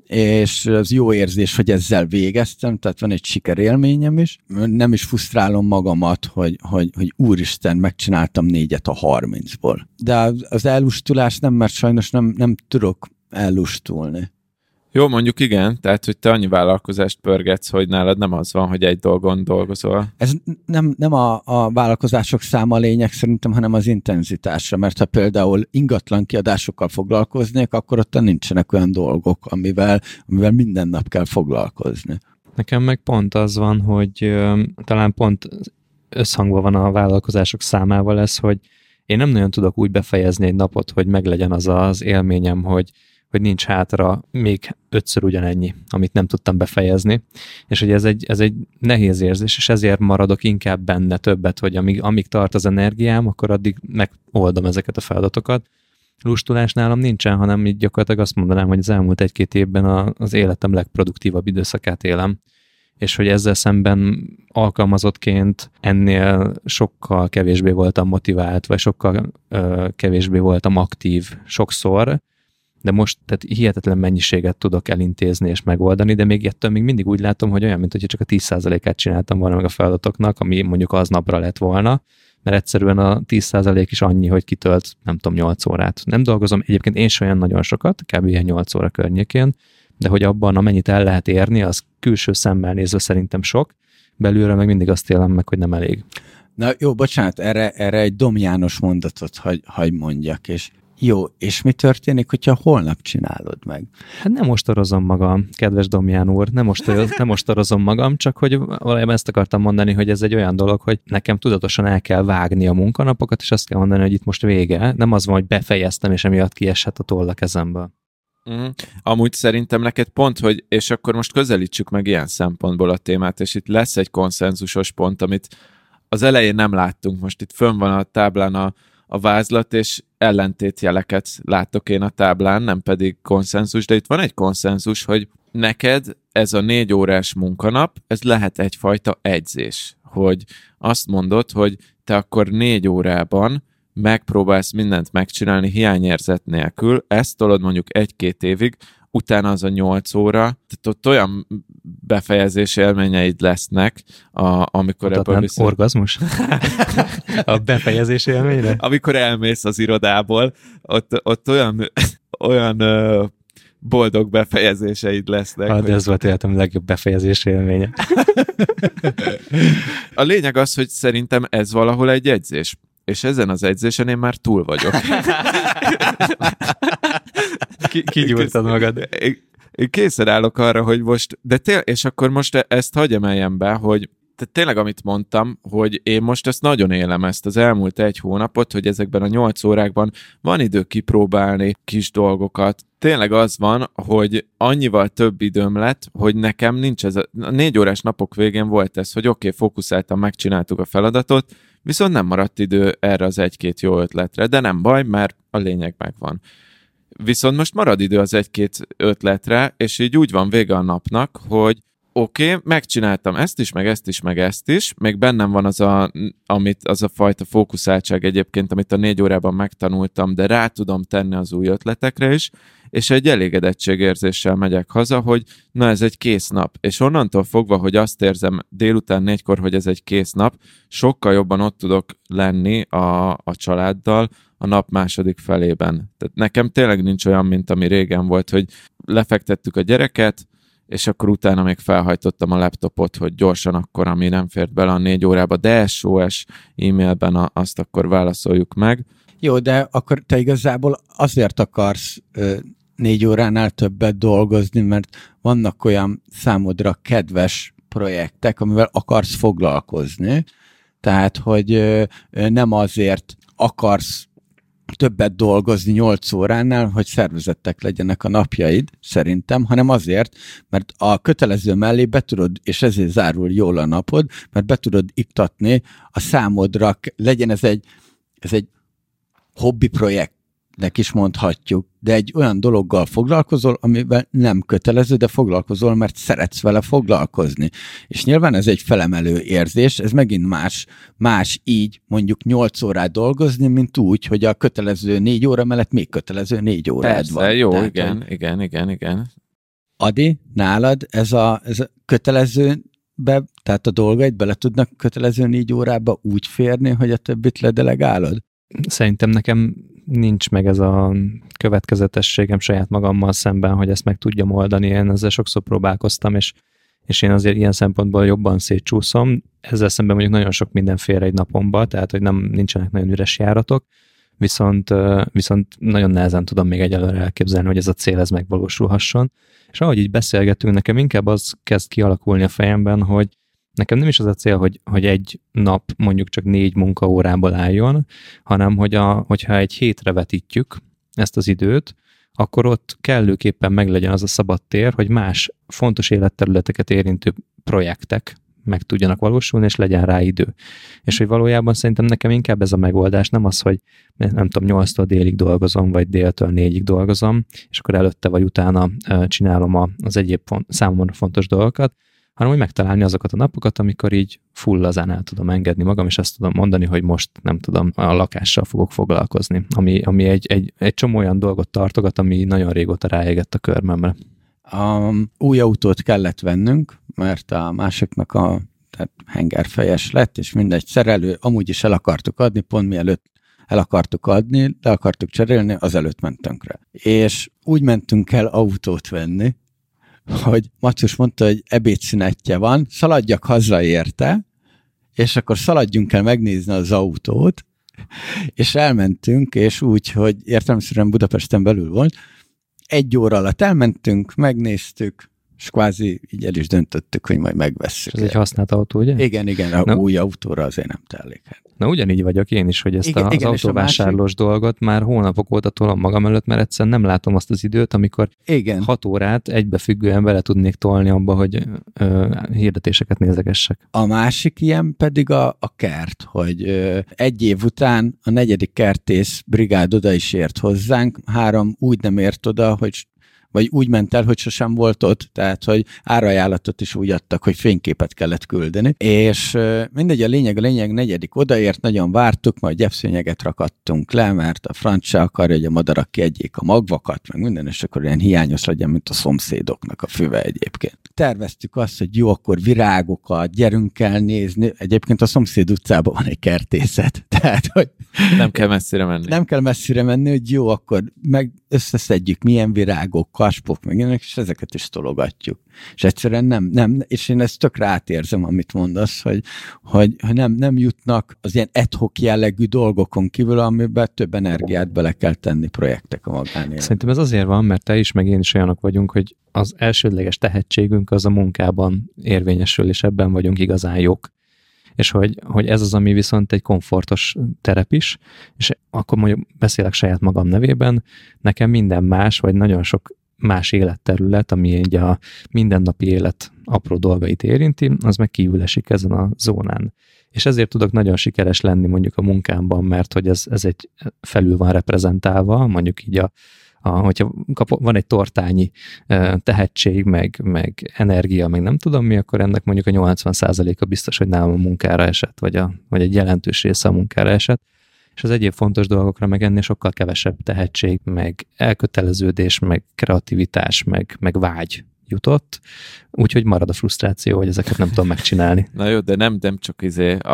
és az jó érzés, hogy ezzel végeztem, tehát van egy sikerélményem is. Nem is frusztrálom magamat, hogy úristen, megcsináltam 4-et a 30-ból. De az ellustulás nem, mert sajnos nem tudok ellustulni. Jó, mondjuk igen, tehát, hogy te annyi vállalkozást pörgetsz, hogy nálad nem az van, hogy egy dolgon dolgozol. Ez nem a vállalkozások száma a lényeg szerintem, hanem az intenzitása, mert ha például ingatlan kiadásokkal foglalkoznék, akkor ott nincsenek olyan dolgok, amivel minden nap kell foglalkozni. Nekem meg pont az van, hogy talán pont összhangban van a vállalkozások számával ez, hogy én nem nagyon tudok úgy befejezni egy napot, hogy meglegyen az az élményem, hogy nincs hátra még 5-ször ugyanennyi, amit nem tudtam befejezni. És hogy ez egy nehéz érzés, és ezért maradok inkább benne többet, hogy amíg tart az energiám, akkor addig megoldom ezeket a feladatokat. Lustulás nálam nincsen, hanem így gyakorlatilag azt mondanám, hogy az elmúlt 1-2 évben az életem legproduktívabb időszakát élem. És hogy ezzel szemben alkalmazottként ennél sokkal kevésbé voltam motivált, vagy sokkal kevésbé voltam aktív sokszor, de most tehát hihetetlen mennyiséget tudok elintézni és megoldani, de még ettől még mindig úgy látom, hogy olyan, mint hogy csak a 10%-át csináltam volna meg a feladatoknak, ami mondjuk aznapra lett volna, mert egyszerűen a 10% is annyi, hogy kitölt, nem tudom, 8 órát. Nem dolgozom egyébként én sem olyan nagyon sokat, kb. Ilyen 8 óra környékén, de hogy abban, amennyit el lehet érni, az külső szemmel nézve szerintem sok, belülről meg mindig azt élem meg, hogy nem elég. Na jó, bocsánat, erre egy Dom János mondatot hagy mondjak, és jó, és mi történik, hogyha holnap csinálod meg? Hát nem ostorozom magam, kedves Domján úr, nem ostorozom magam, csak hogy valójában ezt akartam mondani, hogy ez egy olyan dolog, hogy nekem tudatosan el kell vágni a munkanapokat, és azt kell mondani, hogy itt most vége. Nem az van, hogy befejeztem, és emiatt kieshet a toll a kezemből. Amúgy szerintem neked pont, hogy, és akkor most közelítsük meg ilyen szempontból a témát, és itt lesz egy konszenzusos pont, amit az elején nem láttunk. Most itt fönn van a táblán a vázlat, és ellentétjeleket látok én a táblán, nem pedig konszenzus, de itt van egy konszenzus, hogy neked ez a 4 órás munkanap, ez lehet egyfajta egyzés, hogy azt mondod, hogy te akkor 4 órában megpróbálsz mindent megcsinálni hiányérzet nélkül, ezt tolod mondjuk 1-2 évig, utána az a 8 óra, tehát ott olyan befejezés élményeid lesznek, amikor ebből viszont... Orgazmus? A befejezés élményre? Amikor elmész az irodából, ott olyan boldog befejezéseid lesznek. Hát, ez volt életem legjobb befejezés élménye. A lényeg az, hogy szerintem ez valahol egy egyzés. És ezen az edzésen én már túl vagyok. Kigyúrtad magad. Én készen állok arra, hogy most, és akkor most ezt hagyj emeljem be, hogy tényleg amit mondtam, hogy én most ezt nagyon élem, ezt az elmúlt 1 hónapot, hogy ezekben a 8 órákban van idő kipróbálni kis dolgokat. Tényleg az van, hogy annyival több időm lett, hogy nekem nincs ez a 4 órás napok végén volt ez, hogy oké, fókuszáltan megcsináltuk a feladatot, viszont nem maradt idő erre az 1-2 jó ötletre, de nem baj, mert a lényeg megvan. Viszont most marad idő az 1-2 ötletre, és így úgy van vége a napnak, hogy oké, megcsináltam ezt is, meg ezt is, meg ezt is, még bennem van az a fajta fókuszáltság egyébként, amit a 4 órában megtanultam, de rá tudom tenni az új ötletekre is, és egy elégedettségérzéssel megyek haza, hogy na ez egy kész nap. És onnantól fogva, hogy azt érzem délután 4-kor, hogy ez egy kész nap, sokkal jobban ott tudok lenni a családdal a nap második felében. Tehát nekem tényleg nincs olyan, mint ami régen volt, hogy lefektettük a gyereket, és akkor utána még felhajtottam a laptopot, hogy gyorsan akkor, ami nem fért bele a 4 órába, de SOS e-mailben azt akkor válaszoljuk meg. Jó, de akkor te igazából azért akarsz 4 óránál többet dolgozni, mert vannak olyan számodra kedves projektek, amivel akarsz foglalkozni. Tehát, hogy nem azért akarsz többet dolgozni 8 óránál, hogy szervezettek legyenek a napjaid, szerintem, hanem azért, mert a kötelező mellé be tudod, és ezért zárul jól a napod, mert be tudod iktatni a számodra, legyen ez egy hobbi projektnek is mondhatjuk, de egy olyan dologgal foglalkozol, amivel nem kötelező, de foglalkozol, mert szeretsz vele foglalkozni. És nyilván ez egy felemelő érzés, ez megint más így mondjuk 8 órát dolgozni, mint úgy, hogy a kötelező 4 óra mellett még kötelező 4 órád persze, van. jó, tehát, igen. Adi, nálad ez a kötelezőbe, tehát a dolgaid bele tudnak kötelező 4 órába úgy férni, hogy a többit ledelegálod? Szerintem nekem nincs meg ez a következetességem saját magammal szemben, hogy ezt meg tudjam oldani. Én ezzel sokszor próbálkoztam, és én azért ilyen szempontból jobban szétcsúszom. Ezzel szemben mondjuk nagyon sok minden fér egy napomba, tehát hogy nincsenek nagyon üres járatok, viszont nagyon nehezen tudom még egyelőre elképzelni, hogy ez a cél ez megvalósulhasson. És ahogy így beszélgetünk, nekem inkább az kezd kialakulni a fejemben, hogy nekem nem is az a cél, hogy egy nap mondjuk csak 4 munkaórából álljon, hanem hogyha egy hétre vetítjük ezt az időt, akkor ott kellőképpen meglegyen az a szabad tér, hogy más fontos életterületeket érintő projektek meg tudjanak valósulni, és legyen rá idő. És hogy valójában szerintem nekem inkább ez a megoldás, nem az, hogy nem tudom, 8-tól délig dolgozom, vagy déltől 4-ig dolgozom, és akkor előtte vagy utána csinálom az egyéb számomra fontos dolgokat, hanem hogy megtalálni azokat a napokat, amikor így full lazán el tudom engedni magam, és azt tudom mondani, hogy most nem tudom, a lakással fogok foglalkozni, ami egy csomó olyan dolgot tartogat, ami nagyon régóta ráégett a körmemre. Új autót kellett vennünk, mert a másiknak tehát hengerfejes lett, és mindegy szerelő, amúgy is el akartuk adni, pont mielőtt el akartuk adni, le akartuk cserélni, azelőtt mentünk rá. És úgy mentünk el autót venni, hogy Macus mondta, hogy ebédszünetje van, szaladjak haza érte, és akkor szaladjunk el megnézni az autót, és elmentünk, és úgy, hogy értelemszerűen Budapesten belül volt, 1 óra alatt elmentünk, megnéztük, és kvázi így el is döntöttük, hogy majd megvesszük. Ez egy használt autó, ugye? Igen, új autóra azért nem telik. Na ugyanígy vagyok én is, hogy ezt az autóvásárlós dolgot már hónapok óta tolom magam előtt, mert egyszerűen nem látom azt az időt, amikor 6 órát egybefüggően bele tudnék tolni abba, hogy hirdetéseket nézegessek. A másik ilyen pedig a kert, hogy 1 év után a 4. kertész brigád oda is ért hozzánk, 3 úgy nem ért oda, vagy úgy ment el, hogy sosem volt ott, tehát, hogy árajánlatot is úgy adtak, hogy fényképet kellett küldeni, és mindegy, a lényeg 4. odaért, nagyon vártuk, majd gyepszőnyeget rakadtunk le, mert a francia akarja, hogy a madarak kiegyék a magvakat, meg minden, és akkor ilyen hiányos legyen, mint a szomszédoknak a füve egyébként. Terveztük azt, hogy jó, akkor virágokat, gyerünk el nézni, egyébként a szomszéd utcában van egy kertészet, tehát, hogy nem kell messzire menni, hogy jó, akkor meg összeszedjük, milyen virágok, kaspok, meg ilyenek, és ezeket is tologatjuk. És egyszerűen nem, és én ezt tökre átérzem, amit mondasz, hogy nem jutnak az ilyen ad hoc jellegű dolgokon kívül, amiben több energiát bele kell tenni projektek a magánéletben. Szerintem ez azért van, mert te is, meg én is olyanok vagyunk, hogy az elsődleges tehetségünk az a munkában érvényesül, és ebben vagyunk igazán jók. És hogy ez az, ami viszont egy komfortos terep is, és akkor mondjuk beszélek saját magam nevében, nekem minden más, vagy nagyon sok más életterület, ami így a mindennapi élet apró dolgait érinti, az meg kívül esik ezen a zónán. És ezért tudok nagyon sikeres lenni mondjuk a munkámban, mert hogy ez egy felül van reprezentálva, mondjuk így hogyha van egy tortányi tehetség, meg energia, meg nem tudom mi, akkor ennek mondjuk a 80%-a biztos, hogy nálam a munkára esett, vagy egy jelentős része a munkára esett, és az egyéb fontos dolgokra meg ennél sokkal kevesebb tehetség, meg elköteleződés, meg kreativitás, meg vágy jutott, úgyhogy marad a frusztráció, hogy ezeket nem tudom megcsinálni. Na jó, de nem csak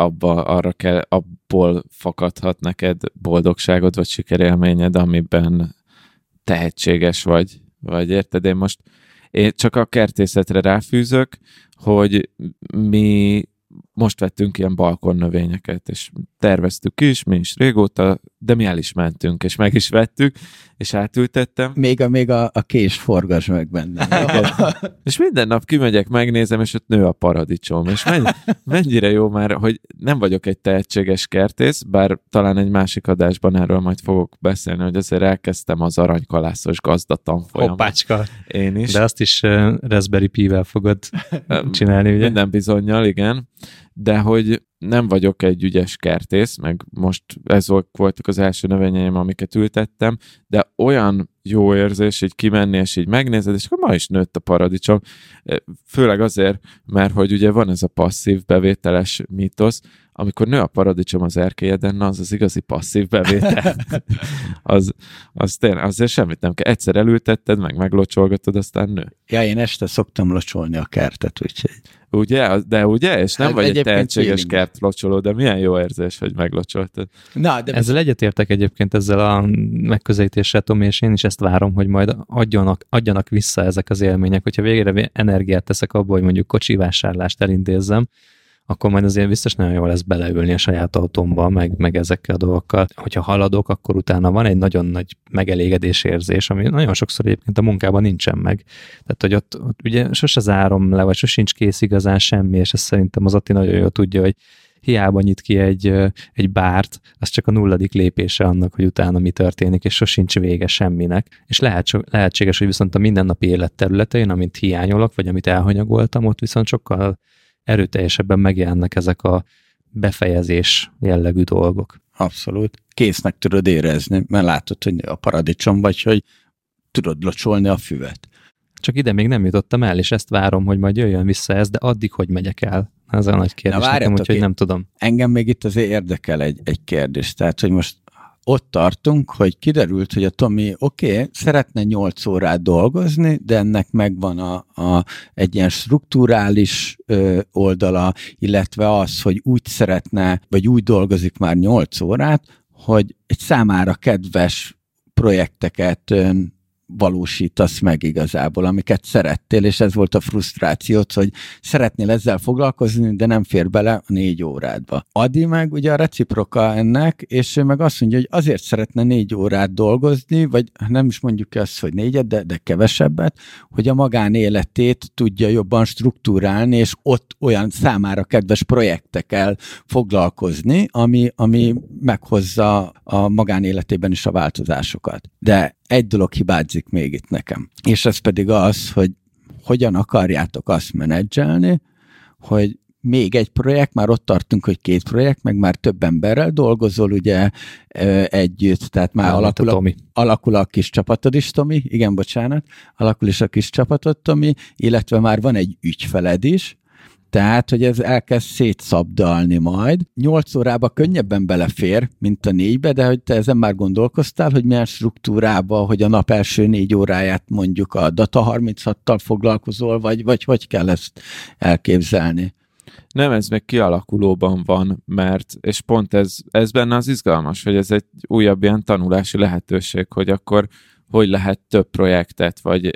abból fakadhat neked boldogságod, vagy sikerélményed, amiben tehetséges vagy érted? Én csak a kertészetre ráfűzök, hogy mi most vettünk ilyen balkonnövényeket, és terveztük is, mi is régóta, de mi el is mentünk, és meg is vettük, és átültettem. Még a kés forgas meg benne. És minden nap kimegyek, megnézem, és ott nő a paradicsom. És mennyire jó már, hogy nem vagyok egy tehetséges kertész, bár talán egy másik adásban erről majd fogok beszélni, hogy azért elkezdtem az aranykalászos gazdatanfolyamot. Hoppácska! Én is. De azt is Raspberry Pi-vel fogod csinálni, ugye? Minden bizonnyal, igen. de hogy nem vagyok egy ügyes kertész, meg most voltak az első növényeim, amiket ültettem, de olyan jó érzés így kimenni, és így megnézed, és akkor ma is nőtt a paradicsom. Főleg azért, mert hogy ugye van ez a passzív bevételes mítosz, amikor nő a paradicsom az erkélyeden, na az igazi passzív bevétel. az tényleg, azért semmit nem kell. Egyszer elültetted, meg meglocsolgatod, aztán nő. Ja, én este szoktam locsolni a kertet, úgyhogy... Ugye? De ugye? És nem vagy egy tehetséges feeling. kertlocsoló, de milyen jó érzés, hogy meglocsoltad. Na, de Ezzel egyetértek egyébként ezzel a megközelítéssel, Tomi, és én is ezt várom, hogy majd adjanak vissza ezek az élmények. Hogyha végére energiát teszek abból, hogy mondjuk kocsivásárlást elintézzem, akkor majd azért biztos nagyon jó lesz beleülni a saját autómba, meg ezekkel a dolgokkal. Hogyha haladok, akkor utána van egy nagyon nagy megelégedés érzés, ami nagyon sokszor egyébként a munkában nincsen meg. Tehát, hogy ott ugye sose zárom le, vagy sose sincs kész igazán semmi, és ezt szerintem az Atti nagyon jól tudja, hogy hiába nyit ki egy bárt, az csak a 0. lépése annak, hogy utána mi történik, és sosincs vége semminek. És lehetséges, hogy viszont a mindennapi élet területein, amit hiányolok, vagy amit elhanyagoltam, ott viszont sokkal erőteljesebben megjelennek ezek a befejezés jellegű dolgok. abszolút. Késznek tudod érezni, mert látod, hogy a paradicsom vagy, hogy tudod locsolni a füvet. Csak ide még nem jutottam el, és ezt várom, hogy majd jöjjön vissza ez, de addig hogy megyek el? Ez a nagy kérdés nekem, úgyhogy nem tudom. Engem még itt azért érdekel egy kérdés. Tehát, hogy most ott tartunk, hogy kiderült, hogy a Tomi szeretne 8 órát dolgozni, de ennek megvan egy ilyen strukturális oldala, illetve az, hogy úgy szeretne, vagy úgy dolgozik már 8 órát, hogy egy számára kedves projekteket valósítasz meg igazából, amiket szerettél, és ez volt a frusztrációt, hogy szeretnél ezzel foglalkozni, de nem fér bele a 4 órádba. Adi meg ugye a reciproka ennek, és ő meg azt mondja, hogy azért szeretne 4 órát dolgozni, vagy nem is mondjuk azt, hogy 4, de kevesebbet, hogy a magánéletét tudja jobban struktúrálni, és ott olyan számára kedves projektekkel foglalkozni, ami meghozza a magánéletében is a változásokat. De egy dolog hibázik még itt nekem, és ez pedig az, hogy hogyan akarjátok azt menedzselni, hogy még egy projekt, már ott tartunk, hogy 2 projekt, meg már több emberrel dolgozol ugye együtt, tehát már alakul a kis csapatod is, Tomi, igen, bocsánat, alakul is a kis csapatod, Tomi, illetve már van egy ügyfeled is, tehát, hogy ez elkezd szétszabdalni majd. 8 órába könnyebben belefér, mint a 4-be, de hogy te ezen már gondolkoztál, hogy milyen struktúrába, hogy a nap első 4 óráját mondjuk a Data 36-tal foglalkozol, vagy hogy kell ezt elképzelni? Nem, ez még kialakulóban van, mert, és pont ez benne az izgalmas, hogy ez egy újabb ilyen tanulási lehetőség, hogy akkor hogy lehet több projektet, vagy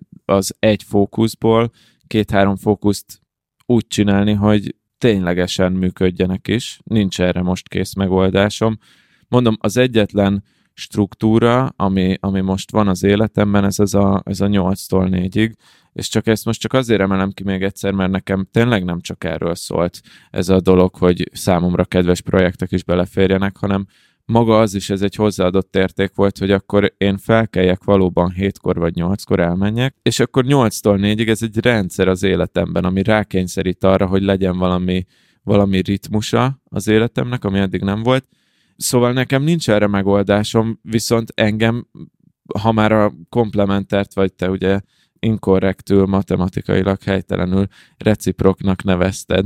az egy fókuszból 2-3 fókuszt úgy csinálni, hogy ténylegesen működjenek is. Nincs erre most kész megoldásom. Mondom, az egyetlen struktúra, ami most van az életemben, ez a 8-tól 4-ig, és ezt most csak azért emelem ki még egyszer, mert nekem tényleg nem csak erről szólt ez a dolog, hogy számomra kedves projektek is beleférjenek, hanem maga az is, ez egy hozzáadott érték volt, hogy akkor én felkeljek valóban 7-kor vagy 8-kor elmenjek, és akkor 8-tól 4-ig ez egy rendszer az életemben, ami rákényszerít arra, hogy legyen valami ritmusa az életemnek, ami eddig nem volt. Szóval nekem nincs erre megoldásom, viszont engem, ha már a komplementert, vagy te ugye inkorrektül, matematikailag helytelenül reciproknak nevezted,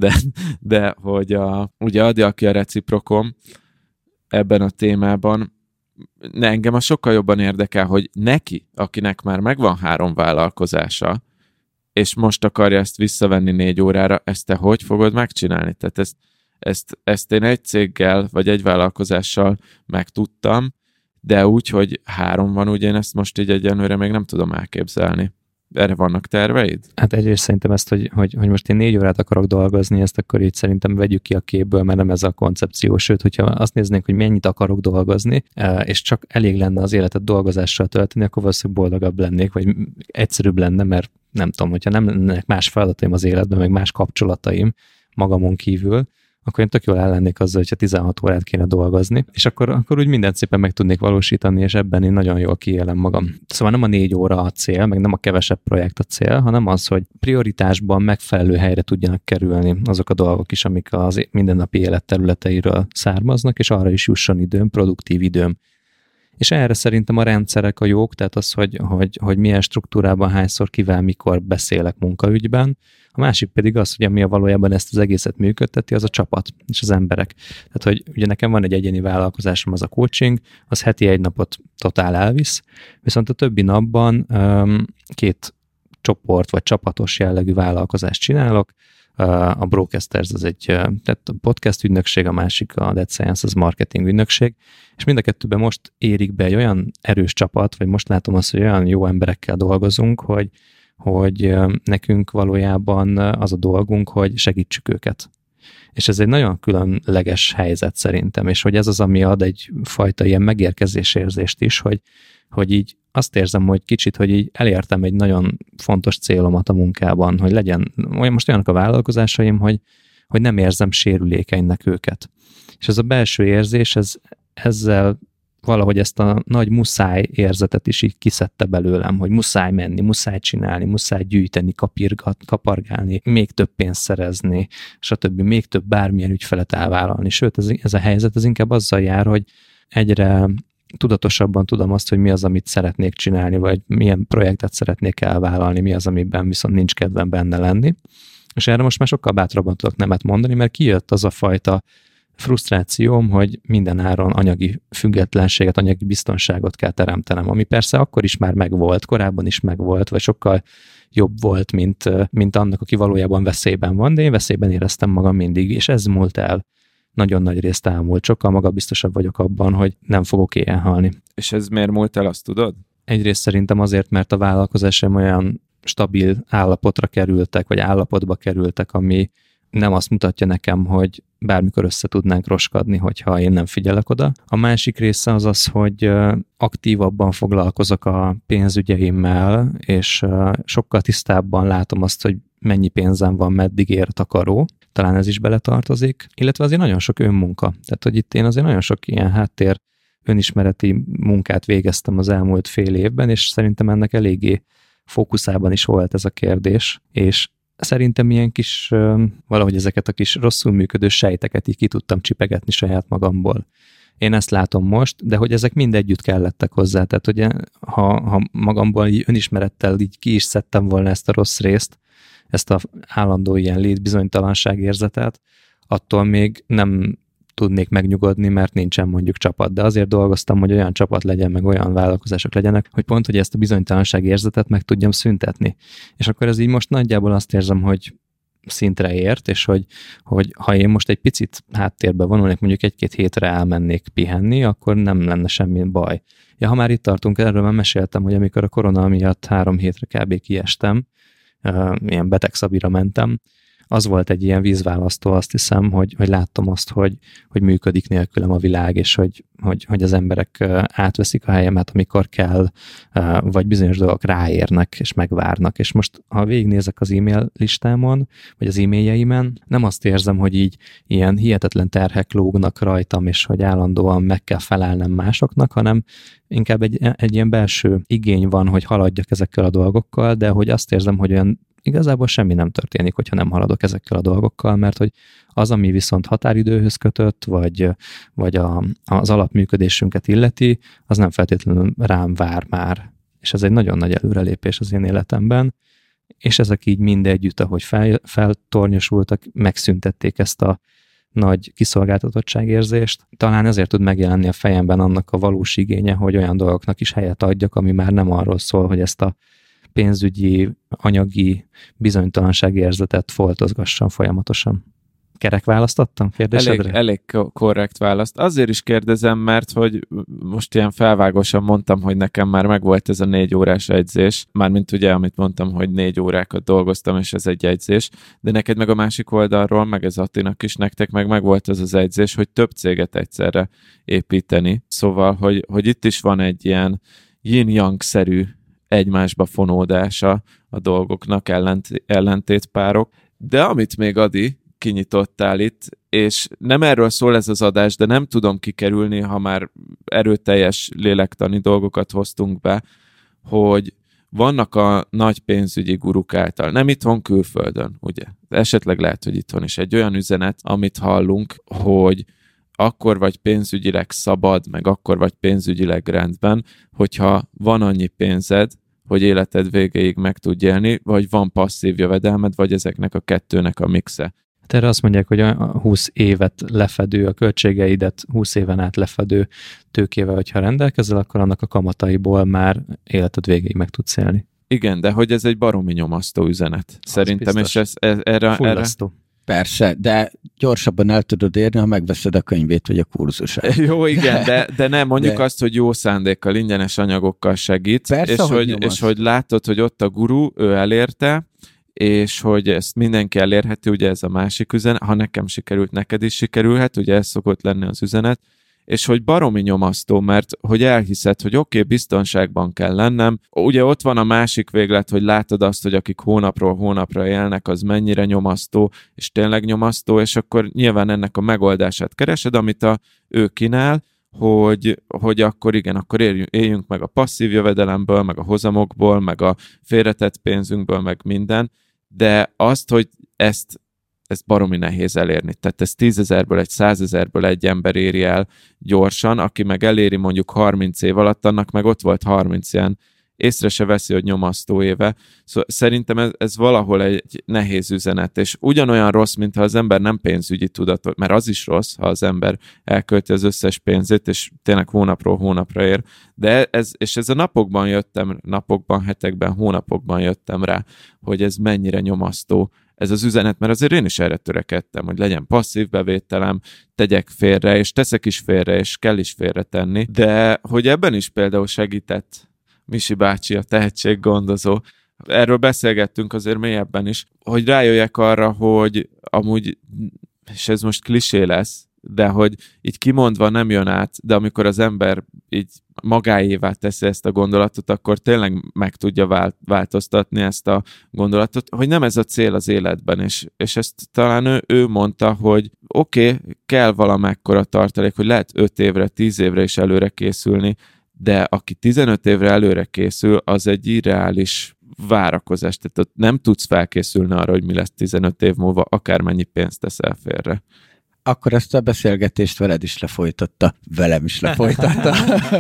de hogy ugye Adi, aki a reciprokom, ebben a témában, engem az sokkal jobban érdekel, hogy neki, akinek már megvan 3 vállalkozása, és most akarja ezt visszavenni 4 órára, ezt te hogy fogod megcsinálni? Tehát ezt én egy céggel, vagy egy vállalkozással megtudtam, de úgy, hogy 3 van, ugye én ezt most így egyenlőre még nem tudom elképzelni. Erre vannak terveid? Hát egyrészt szerintem ezt, hogy most én 4 órát akarok dolgozni, ezt akkor így szerintem vegyük ki a képből, mert nem ez a koncepció. Sőt, hogyha azt néznénk, hogy mennyit akarok dolgozni, és csak elég lenne az életet dolgozással tölteni, akkor valószínűleg boldogabb lennék, vagy egyszerűbb lenne, mert nem tudom, hogyha nem lennének más feladataim az életben, meg más kapcsolataim magamon kívül, akkor én tök jól ellennék azzal, hogyha 16 órát kéne dolgozni, és akkor úgy mindent szépen meg tudnék valósítani, és ebben én nagyon jól kiélem magam. Szóval nem a 4 óra a cél, meg nem a kevesebb projekt a cél, hanem az, hogy prioritásban megfelelő helyre tudjanak kerülni azok a dolgok is, amik az mindennapi élet területeiről származnak, és arra is jusson időm, produktív időm. És erre szerintem a rendszerek a jók, tehát az, hogy milyen struktúrában, hányszor, kivel, mikor beszélek munkaügyben. A másik pedig az, hogy ami valójában ezt az egészet működteti, az a csapat és az emberek. Tehát, hogy ugye nekem van egy egyéni vállalkozásom, az a coaching, az heti 1 napot totál elvisz, viszont a többi napban 2 csoport vagy csapatos jellegű vállalkozást csinálok. A Brocasters az egy tehát a podcast ügynökség, a másik a Dead Science, az marketing ügynökség, és mind a kettőben most érik be egy olyan erős csapat, vagy most látom azt, hogy olyan jó emberekkel dolgozunk, hogy nekünk valójában az a dolgunk, hogy segítsük őket. És ez egy nagyon különleges helyzet szerintem, és hogy ez az, ami ad egyfajta ilyen megérkezésérzést is, hogy így azt érzem, hogy kicsit, hogy így elértem egy nagyon fontos célomat a munkában, hogy legyen, most olyanok a vállalkozásaim, hogy nem érzem sérülékenynek őket. És ez a belső érzés, ezzel valahogy ezt a nagy muszáj érzetet is így kiszedte belőlem, hogy muszáj menni, muszáj csinálni, muszáj gyűjteni, kapargálni, még több pénzt szerezni, stb. Még több bármilyen ügyfelet elvállalni. Sőt, ez a helyzet az inkább azzal jár, hogy egyre tudatosabban tudom azt, hogy mi az, amit szeretnék csinálni, vagy milyen projektet szeretnék elvállalni, mi az, amiben viszont nincs kedvem benne lenni. És erre most már sokkal bátrabban tudok nemet mondani, mert kijött az a fajta frusztrációm, hogy minden áron anyagi függetlenséget, anyagi biztonságot kell teremtenem, ami persze akkor is már megvolt, korábban is megvolt, vagy sokkal jobb volt, mint annak, aki valójában veszélyben van, de én veszélyben éreztem magam mindig, és ez múlt el. Nagyon nagy részt elmúlt. Sokkal magabiztosabb vagyok abban, hogy nem fogok éhen halni. És ez miért múlt el, azt tudod? Egyrészt szerintem azért, mert a vállalkozásaim olyan stabil állapotra kerültek, vagy állapotba kerültek, ami nem azt mutatja nekem, hogy bármikor össze tudnánk roskadni, hogyha én nem figyelek oda. A másik része az az, hogy aktívabban foglalkozok a pénzügyeimmel, és sokkal tisztábban látom azt, hogy mennyi pénzem van, meddig ér a takaró. Talán ez is beletartozik. Illetve azért nagyon sok önmunka. Tehát, hogy itt én azért nagyon sok ilyen háttér önismereti munkát végeztem az elmúlt fél évben, és szerintem ennek eléggé fókuszában is volt ez a kérdés, és szerintem ilyen kis, valahogy ezeket a kis rosszul működő sejteket így ki tudtam csipegetni saját magamból. Én ezt látom most, de hogy ezek mind együtt kellettek hozzá. Tehát, hogy ha magamból így önismerettel így ki is szedtem volna ezt a rossz részt, ezt a állandó ilyen létbizonytalanság érzetet, attól még nem tudnék megnyugodni, mert nincsen mondjuk csapat. De azért dolgoztam, hogy olyan csapat legyen, meg olyan vállalkozások legyenek, hogy pont, hogy ezt a bizonytalanság érzetet meg tudjam szüntetni. És akkor ez így most nagyjából azt érzem, hogy szintre ért, és hogy ha én most egy picit háttérbe vonulnék, mondjuk 1-2 hétre elmennék pihenni, akkor nem lenne semmi baj. Ja, ha már itt tartunk, erről már meséltem, hogy amikor a korona miatt 3 hétre kb. Kiestem, ilyen betegszabira mentem, az volt egy ilyen vízválasztó, azt hiszem, hogy láttam azt, hogy működik nélkülem a világ, és hogy az emberek átveszik a helyemet, amikor kell, vagy bizonyos dolgok ráérnek, és megvárnak. És most, ha végignézek az e-mail listámon, vagy az e-mailjeimen, nem azt érzem, hogy így ilyen hihetetlen terhek lógnak rajtam, és hogy állandóan meg kell felelnem másoknak, hanem inkább egy ilyen belső igény van, hogy haladjak ezekkel a dolgokkal, de hogy azt érzem, hogy olyan igazából semmi nem történik, hogyha nem haladok ezekkel a dolgokkal, mert hogy az, ami viszont határidőhöz kötött, vagy az alapműködésünket illeti, az nem feltétlenül rám vár már. És ez egy nagyon nagy előrelépés az én életemben, és ezek így mind együtt, ahogy feltornyosultak, megszüntették ezt a nagy kiszolgáltatottságérzést. Talán ezért tud megjelenni a fejemben annak a valós igénye, hogy olyan dolgoknak is helyet adjak, ami már nem arról szól, hogy ezt a pénzügyi, anyagi bizonytalanságérzetet foltozgassam folyamatosan. Kerek választottam kérdésedre? Elég korrekt választ. Azért is kérdezem, mert hogy most ilyen felvágósan mondtam, hogy nekem már megvolt ez a 4 órás jegyzés. Mármint ugye, amit mondtam, hogy 4 órákat dolgoztam, és ez egy jegyzés. De neked meg a másik oldalról, meg ez Attinak is, nektek megvolt az az jegyzés, hogy több céget egyszerre építeni. Szóval, hogy itt is van egy ilyen yin-yang-szerű egymásba fonódása a dolgoknak, ellentétpárok. De amit még Adi kinyitottál itt, és nem erről szól ez az adás, de nem tudom kikerülni, ha már erőteljes lélektani dolgokat hoztunk be, hogy vannak a nagy pénzügyi guruk által, nem itthon, külföldön, ugye? Esetleg lehet, hogy itthon is egy olyan üzenet, amit hallunk, hogy akkor vagy pénzügyileg szabad, meg akkor vagy pénzügyileg rendben, hogyha van annyi pénzed, hogy életed végéig meg tudj élni, vagy van passzív jövedelmed, vagy ezeknek a kettőnek a mixe. Erre azt mondják, hogy a 20 évet lefedő, a költségeidet 20 éven át lefedő tőkével, hogyha rendelkezel, akkor annak a kamataiból már életed végéig meg tudsz élni. Igen, de hogy ez egy baromi nyomasztó üzenet. Szerintem, és ez erre... Persze, de gyorsabban el tudod érni, ha megveszed a könyvét, vagy a kurzusát. Jó, igen, de nem, mondjuk azt, hogy jó szándékkal, ingyenes anyagokkal segít, persze, és hogy látod, hogy ott a guru, ő elérte, és hogy ezt mindenki elérheti, ugye ez a másik üzenet, ha nekem sikerült, neked is sikerülhet, ugye ez szokott lenni az üzenet, és hogy baromi nyomasztó, mert hogy elhiszed, hogy oké, biztonságban kell lennem. Ugye ott van a másik véglet, hogy látod azt, hogy akik hónapról hónapra élnek, az mennyire nyomasztó, és tényleg nyomasztó, és akkor nyilván ennek a megoldását keresed, amit ő kínál, hogy akkor igen, akkor éljünk meg a passzív jövedelemből, meg a hozamokból, meg a félretett pénzünkből, meg minden, de azt, hogy ezt baromi nehéz elérni. Tehát ez 10 000-ből, egy 100 000-ből egy ember éri el gyorsan, aki meg eléri mondjuk 30 év alatt, annak meg ott volt 30 ilyen, észre se veszi, hogy nyomasztó éve. Szóval szerintem ez valahol egy nehéz üzenet, és ugyanolyan rossz, mintha az ember nem pénzügyi tudatos, mert az is rossz, ha az ember elkölti az összes pénzét, és tényleg hónapról hónapra ér. De ez a napokban, hetekben, hónapokban jöttem rá, hogy ez mennyire nyomasztó ez az üzenet, mert azért én is erre törekedtem, hogy legyen passzív bevételem, tegyek félre, és teszek is félre, és kell is félretenni, de hogy ebben is például segített Misi bácsi, a tehetséggondozó. Erről beszélgettünk azért mélyebben is, hogy rájöjjek arra, hogy amúgy, és ez most klisé lesz, de hogy így kimondva nem jön át, de amikor az ember így magáévá teszi ezt a gondolatot, akkor tényleg meg tudja változtatni ezt a gondolatot, hogy nem ez a cél az életben, és ezt talán ő mondta, hogy oké, kell valamekkora tartalék, hogy lehet 5 évre, 10 évre is előre készülni, de aki 15 évre előre készül, az egy irreális várakozás, tehát ott nem tudsz felkészülni arra, hogy mi lesz 15 év múlva, akármennyi pénzt teszel félre. Akkor ezt a beszélgetést veled is lefolytatta, velem is lefolytatta.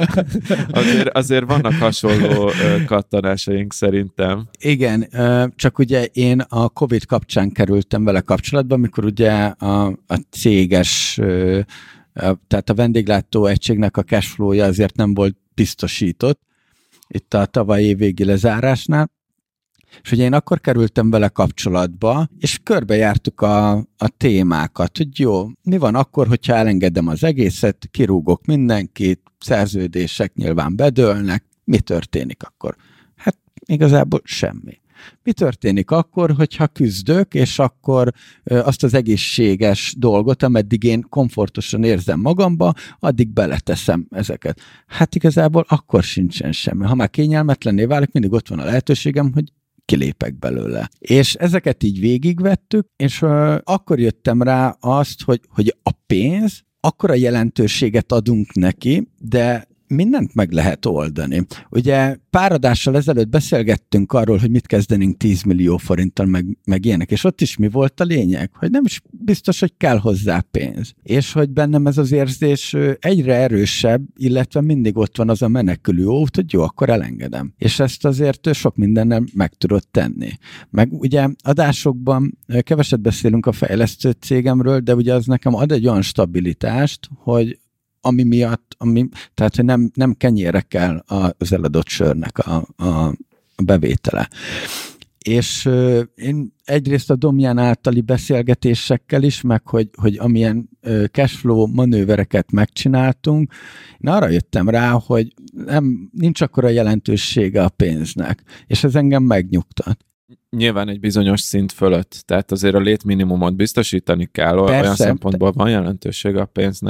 azért vannak hasonló kattanásaink szerintem. Igen, csak ugye én a Covid kapcsán kerültem vele kapcsolatba, amikor ugye a céges, tehát a vendéglátó egységnek a cashflow-ja azért nem volt biztosított itt a tavalyi évvégi lezárásnál, és ugye én akkor kerültem vele kapcsolatba, és körbejártuk a témákat, hogy jó, mi van akkor, hogyha elengedem az egészet, kirúgok mindenkit, szerződések nyilván bedőlnek, mi történik akkor? Hát igazából semmi. Mi történik akkor, hogyha küzdök, és akkor azt az egészséges dolgot, ameddig én komfortosan érzem magamba, addig beleteszem ezeket. Hát igazából akkor sincsen semmi. Ha már kényelmetlenné válik, mindig ott van a lehetőségem, hogy kilépek belőle. És ezeket így végigvettük, és akkor jöttem rá azt, hogy a pénz, akkora jelentőséget adunk neki, de mindent meg lehet oldani. Ugye pár adással ezelőtt beszélgettünk arról, hogy mit kezdenünk 10 millió forinttal, meg ilyenek, és ott is mi volt a lényeg? Hogy nem is biztos, hogy kell hozzá pénz. És hogy bennem ez az érzés egyre erősebb, illetve mindig ott van az a menekülő út, hogy jó, akkor elengedem. És ezt azért sok mindennel meg tudod tenni. Meg ugye adásokban keveset beszélünk a fejlesztő cégemről, de ugye az nekem ad egy olyan stabilitást, hogy ami miatt, tehát hogy nem kenyérre kell az eladott sörnek a bevétele. És én egyrészt a Domján általi beszélgetésekkel is, meg hogy amilyen cashflow manővereket megcsináltunk, én arra jöttem rá, hogy nincs akkora jelentősége a pénznek, és ez engem megnyugtat. Nyilván egy bizonyos szint fölött, tehát azért a létminimumot biztosítani kell, olyan szempontból van jelentősége a pénznek.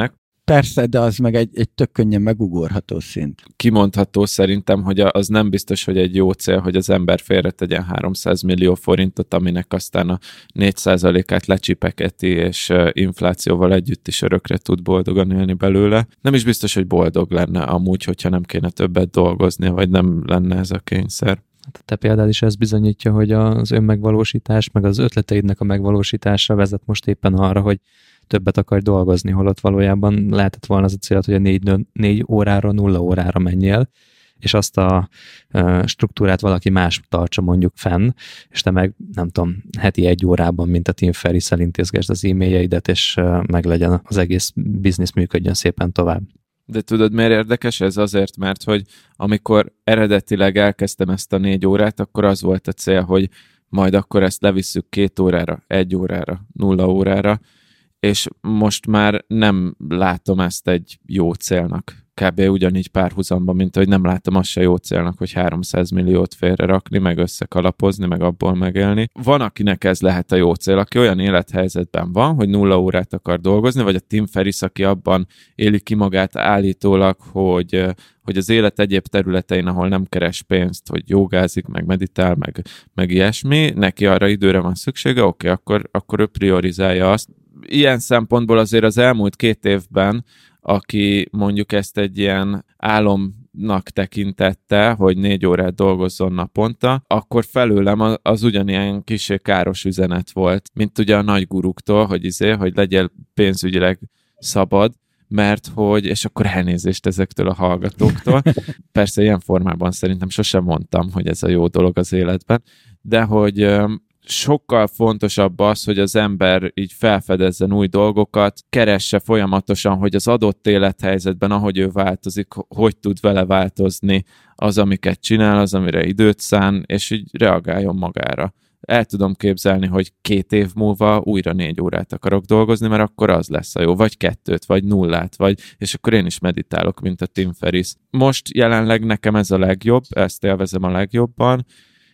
Persze, de az meg egy tök könnyen megugorható szint. Kimondható szerintem, hogy az nem biztos, hogy egy jó cél, hogy az ember félretegyen 300 millió forintot, aminek aztán a 4%-át lecsipeketi, és inflációval együtt is örökre tud boldogan élni belőle. Nem is biztos, hogy boldog lenne amúgy, hogyha nem kéne többet dolgozni, vagy nem lenne ez a kényszer. Hát a te példád is ez bizonyítja, hogy az önmegvalósítás, meg az ötleteidnek a megvalósítása vezet most éppen arra, hogy többet akarj dolgozni, holott valójában lehetett volna az a cél, hogy a 4 órára, 0 órára menjél, és azt a struktúrát valaki más tartsa mondjuk fenn, és te meg, nem tudom, heti 1 órában, mint a Tim Ferriss-szel intézgesd az e-mailjeidet, és meg legyen az egész biznisz működjön szépen tovább. De tudod, miért érdekes ez? Azért, mert hogy amikor eredetileg elkezdtem ezt a 4 órát, akkor az volt a cél, hogy majd akkor ezt levisszük 2 órára, 1 órára, 0 órára, és most már nem látom ezt egy jó célnak. Kb. Ugyanígy párhuzamban, mint hogy nem látom azt se jó célnak, hogy 300 milliót félre rakni, meg összekalapozni, meg abból megélni. Van, akinek ez lehet a jó cél, aki olyan élethelyzetben van, hogy 0 órát akar dolgozni, vagy a Tim Ferriss, aki abban éli ki magát állítólag, hogy az élet egyéb területein, ahol nem keres pénzt, hogy jogázik, meg meditál, meg ilyesmi, neki arra időre van szüksége, oké, akkor ő priorizálja azt. Ilyen szempontból azért az elmúlt 2 évben, aki mondjuk ezt egy ilyen álomnak tekintette, hogy 4 órát dolgozzon naponta, akkor felőlem az ugyanilyen kissé káros üzenet volt, mint ugye a nagy guruktól, hogy legyél pénzügyileg szabad, mert hogy, és akkor elnézést ezektől a hallgatóktól. Persze ilyen formában szerintem sosem mondtam, hogy ez a jó dolog az életben, de hogy sokkal fontosabb az, hogy az ember így felfedezzen új dolgokat, keresse folyamatosan, hogy az adott élethelyzetben, ahogy ő változik, hogy tud vele változni az, amiket csinál, az, amire időt szán, és így reagáljon magára. El tudom képzelni, hogy 2 év múlva újra 4 órát akarok dolgozni, mert akkor az lesz a jó, vagy 2, vagy 0, és akkor én is meditálok, mint a Tim Ferriss. Most jelenleg nekem ez a legjobb, ezt élvezem a legjobban,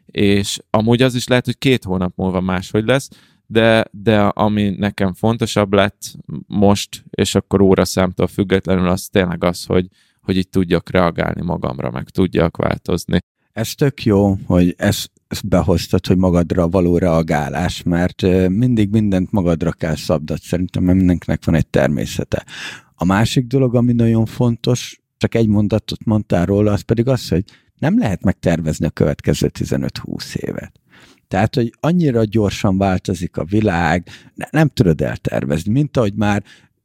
és amúgy az is lehet, hogy 2 hónap múlva máshogy lesz, de ami nekem fontosabb lett most, és akkor óraszámtól függetlenül, az tényleg az, hogy így tudjak reagálni magamra, meg tudjak változni. Ez tök jó, hogy ezt behoztad, hogy magadra való reagálás, mert mindig mindent magadra kell szabdad, szerintem, mert mindenkinek van egy természete. A másik dolog, ami nagyon fontos, csak egy mondatot mondtál róla, az pedig az, hogy nem lehet megtervezni a következő 15-20 évet. Tehát, hogy annyira gyorsan változik a világ, nem tudod eltervezni, mint ahogy már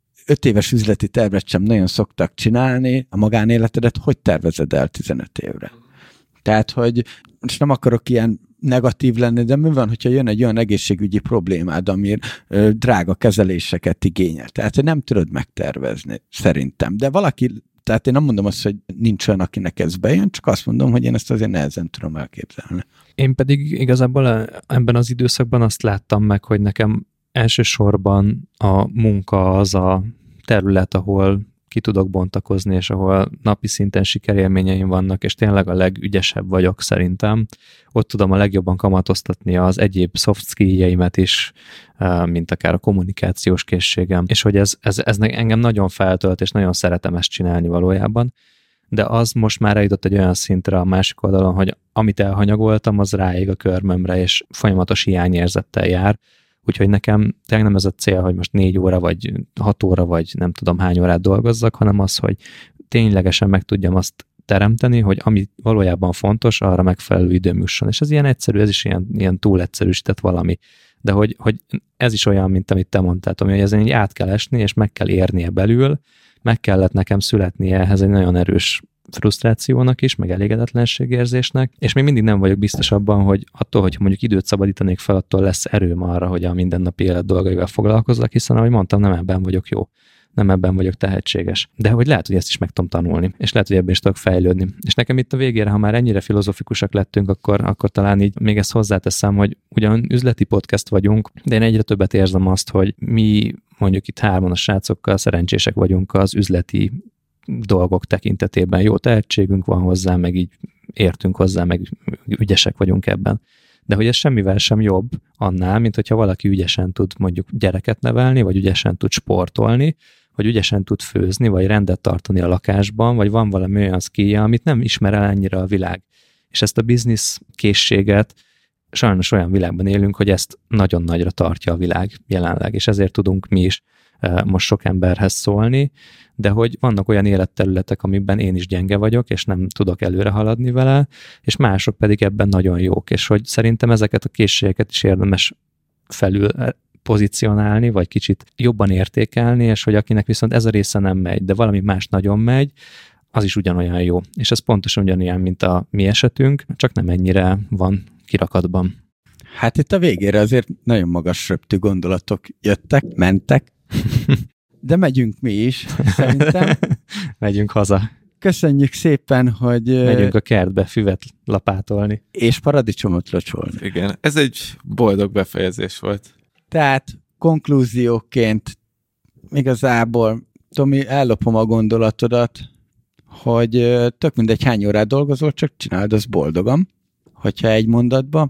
5 éves üzleti tervet sem nagyon szoktak csinálni, a magánéletedet hogy tervezed el 15 évre? Tehát, hogy most nem akarok ilyen negatív lenni, de mi van, hogyha jön egy olyan egészségügyi problémád, ami drága kezeléseket igényel. Tehát, hogy nem tudod megtervezni, szerintem. De valaki, tehát én nem mondom azt, hogy nincs olyan, akinek ez bejön, csak azt mondom, hogy én ezt azért nehezen tudom elképzelni. Én pedig igazából ebben az időszakban azt láttam meg, hogy nekem elsősorban a munka az a terület, ahol ki tudok bontakozni, és ahol napi szinten sikerélményeim vannak, és tényleg a legügyesebb vagyok szerintem. Ott tudom a legjobban kamatoztatni az egyéb soft skill-jeimet is, mint akár a kommunikációs készségem, és hogy ez engem nagyon feltölt, és nagyon szeretem ezt csinálni valójában, de az most már eljutott egy olyan szintre a másik oldalon, hogy amit elhanyagoltam, az ráég a körmömre, és folyamatos hiányérzettel jár. Úgyhogy nekem tényleg nem ez a cél, hogy most 4 óra, vagy 6 óra, vagy nem tudom hány órát dolgozzak, hanem az, hogy ténylegesen meg tudjam azt teremteni, hogy ami valójában fontos, arra megfelelő időm jusson. És ez ilyen egyszerű, ez is ilyen túl egyszerűsített valami. De hogy ez is olyan, mint amit te mondtál, hogy ezen így át kell esni, és meg kell érnie belül, meg kellett nekem születnie ehhez egy nagyon erős frusztrációnak is, meg elégedetlenségérzésnek, és még mindig nem vagyok biztos abban, hogy attól, hogyha mondjuk időt szabadítanék fel, attól lesz erőm arra, hogy a mindennapi élet dolgaival foglalkozzak, hiszen, ahogy mondtam, nem ebben vagyok jó, nem ebben vagyok tehetséges. De hogy lehet, hogy ezt is meg tudom tanulni, és lehet, hogy ebben is tudok fejlődni. És nekem itt a végére, ha már ennyire filozofikusak lettünk, akkor talán így még ezt hozzáteszem, hogy ugyan üzleti podcast vagyunk, de én egyre többet érzem azt, hogy mi mondjuk itt 3 a srácokkal szerencsések vagyunk az üzleti dolgok tekintetében. Jó tehetségünk van hozzá, meg így értünk hozzá, meg ügyesek vagyunk ebben. De hogy ez semmivel sem jobb annál, mint hogyha valaki ügyesen tud mondjuk gyereket nevelni, vagy ügyesen tud sportolni, hogy ügyesen tud főzni, vagy rendet tartani a lakásban, vagy van valami olyan skillje, amit nem ismer el ennyire a világ. És ezt a biznisz készséget sajnos olyan világban élünk, hogy ezt nagyon nagyra tartja a világ jelenleg, és ezért tudunk mi is most sok emberhez szólni, de hogy vannak olyan életterületek, amiben én is gyenge vagyok, és nem tudok előre haladni vele, és mások pedig ebben nagyon jók, és hogy szerintem ezeket a készségeket is érdemes felül pozícionálni, vagy kicsit jobban értékelni, és hogy akinek viszont ez a része nem megy, de valami más nagyon megy, az is ugyanolyan jó. És ez pontosan ugyanilyen, mint a mi esetünk, csak nem ennyire van kirakatban. Hát itt a végére azért nagyon magas röptű gondolatok jöttek, mentek, de megyünk mi is, szerintem. Megyünk haza. Köszönjük szépen, hogy... Megyünk a kertbe füvet lapátolni. És paradicsomot locsolni. Igen, ez egy boldog befejezés volt. Tehát konklúzióként igazából, Tomi, ellopom a gondolatodat, hogy tök mindegy hány órát dolgozol, csak csináld azt boldogan, hogyha egy mondatba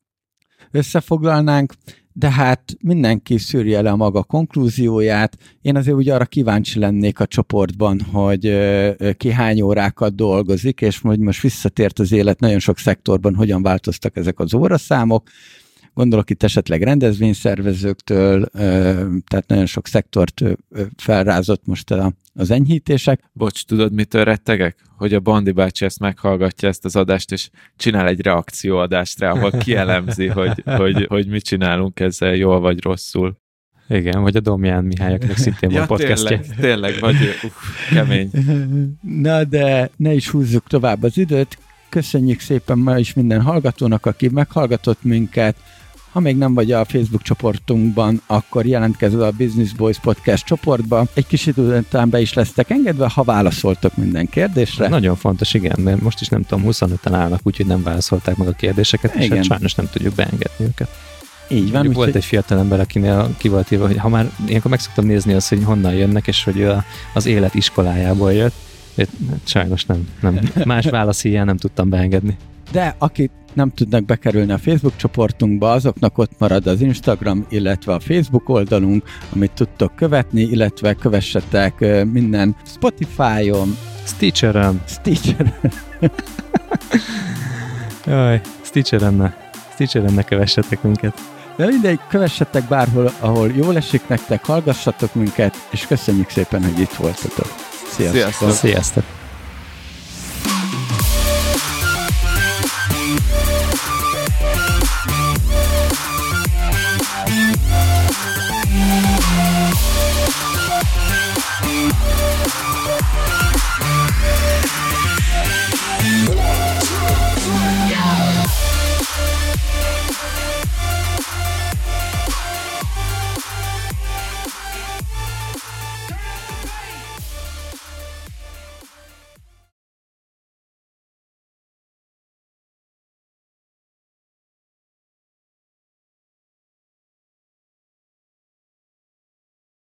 összefoglalnánk, de hát mindenki szűrje le a maga konklúzióját. Én azért úgy arra kíváncsi lennék a csoportban, hogy ki hány órákat dolgozik, és most visszatért az élet nagyon sok szektorban, hogyan változtak ezek az óraszámok. Gondolok itt esetleg rendezvényszervezőktől, tehát nagyon sok szektort felrázott most az enyhítések. Bocs, tudod, mitől rettegek? Hogy a Bandi bácsi ezt meghallgatja, ezt az adást, és csinál egy reakcióadást rá, ahol kielemzi, hogy mit csinálunk ezzel, jól vagy rosszul. Igen, vagy a Domján Mihályaknak szintén van podcastja. Tényleg, vagy kemény. Na, de ne is húzzuk tovább az időt. Köszönjük szépen ma is minden hallgatónak, aki meghallgatott minket. Ha még nem vagy a Facebook csoportunkban, akkor jelentkezz a Business Boys Podcast csoportba. Egy kis idő után be is lesztek engedve, ha válaszoltok minden kérdésre. Nagyon fontos, igen, mert most is nem tudom, 25-en állnak, úgyhogy nem válaszolták meg a kérdéseket, és hát sajnos nem tudjuk beengedni őket. Így van. Volt egy fiatal ember, akinél ki volt írva, hogy ha már ilyenkor meg szoktam nézni azt, hogy honnan jönnek, és hogy ő az élet iskolájából jött. Sajnos nem. Más válasz ilyen nem tudtam beengedni. De akik nem tudnak bekerülni a Facebook csoportunkba, azoknak ott marad az Instagram, illetve a Facebook oldalunk, amit tudtok követni, illetve kövessetek minden Spotify-on, Stitcheren. Jaj, Stitcheren ne kövessetek minket. De mindegy, kövessetek bárhol, ahol jól esik nektek, hallgassatok minket, és köszönjük szépen, hogy itt voltatok. Sziasztok! Sziasztok.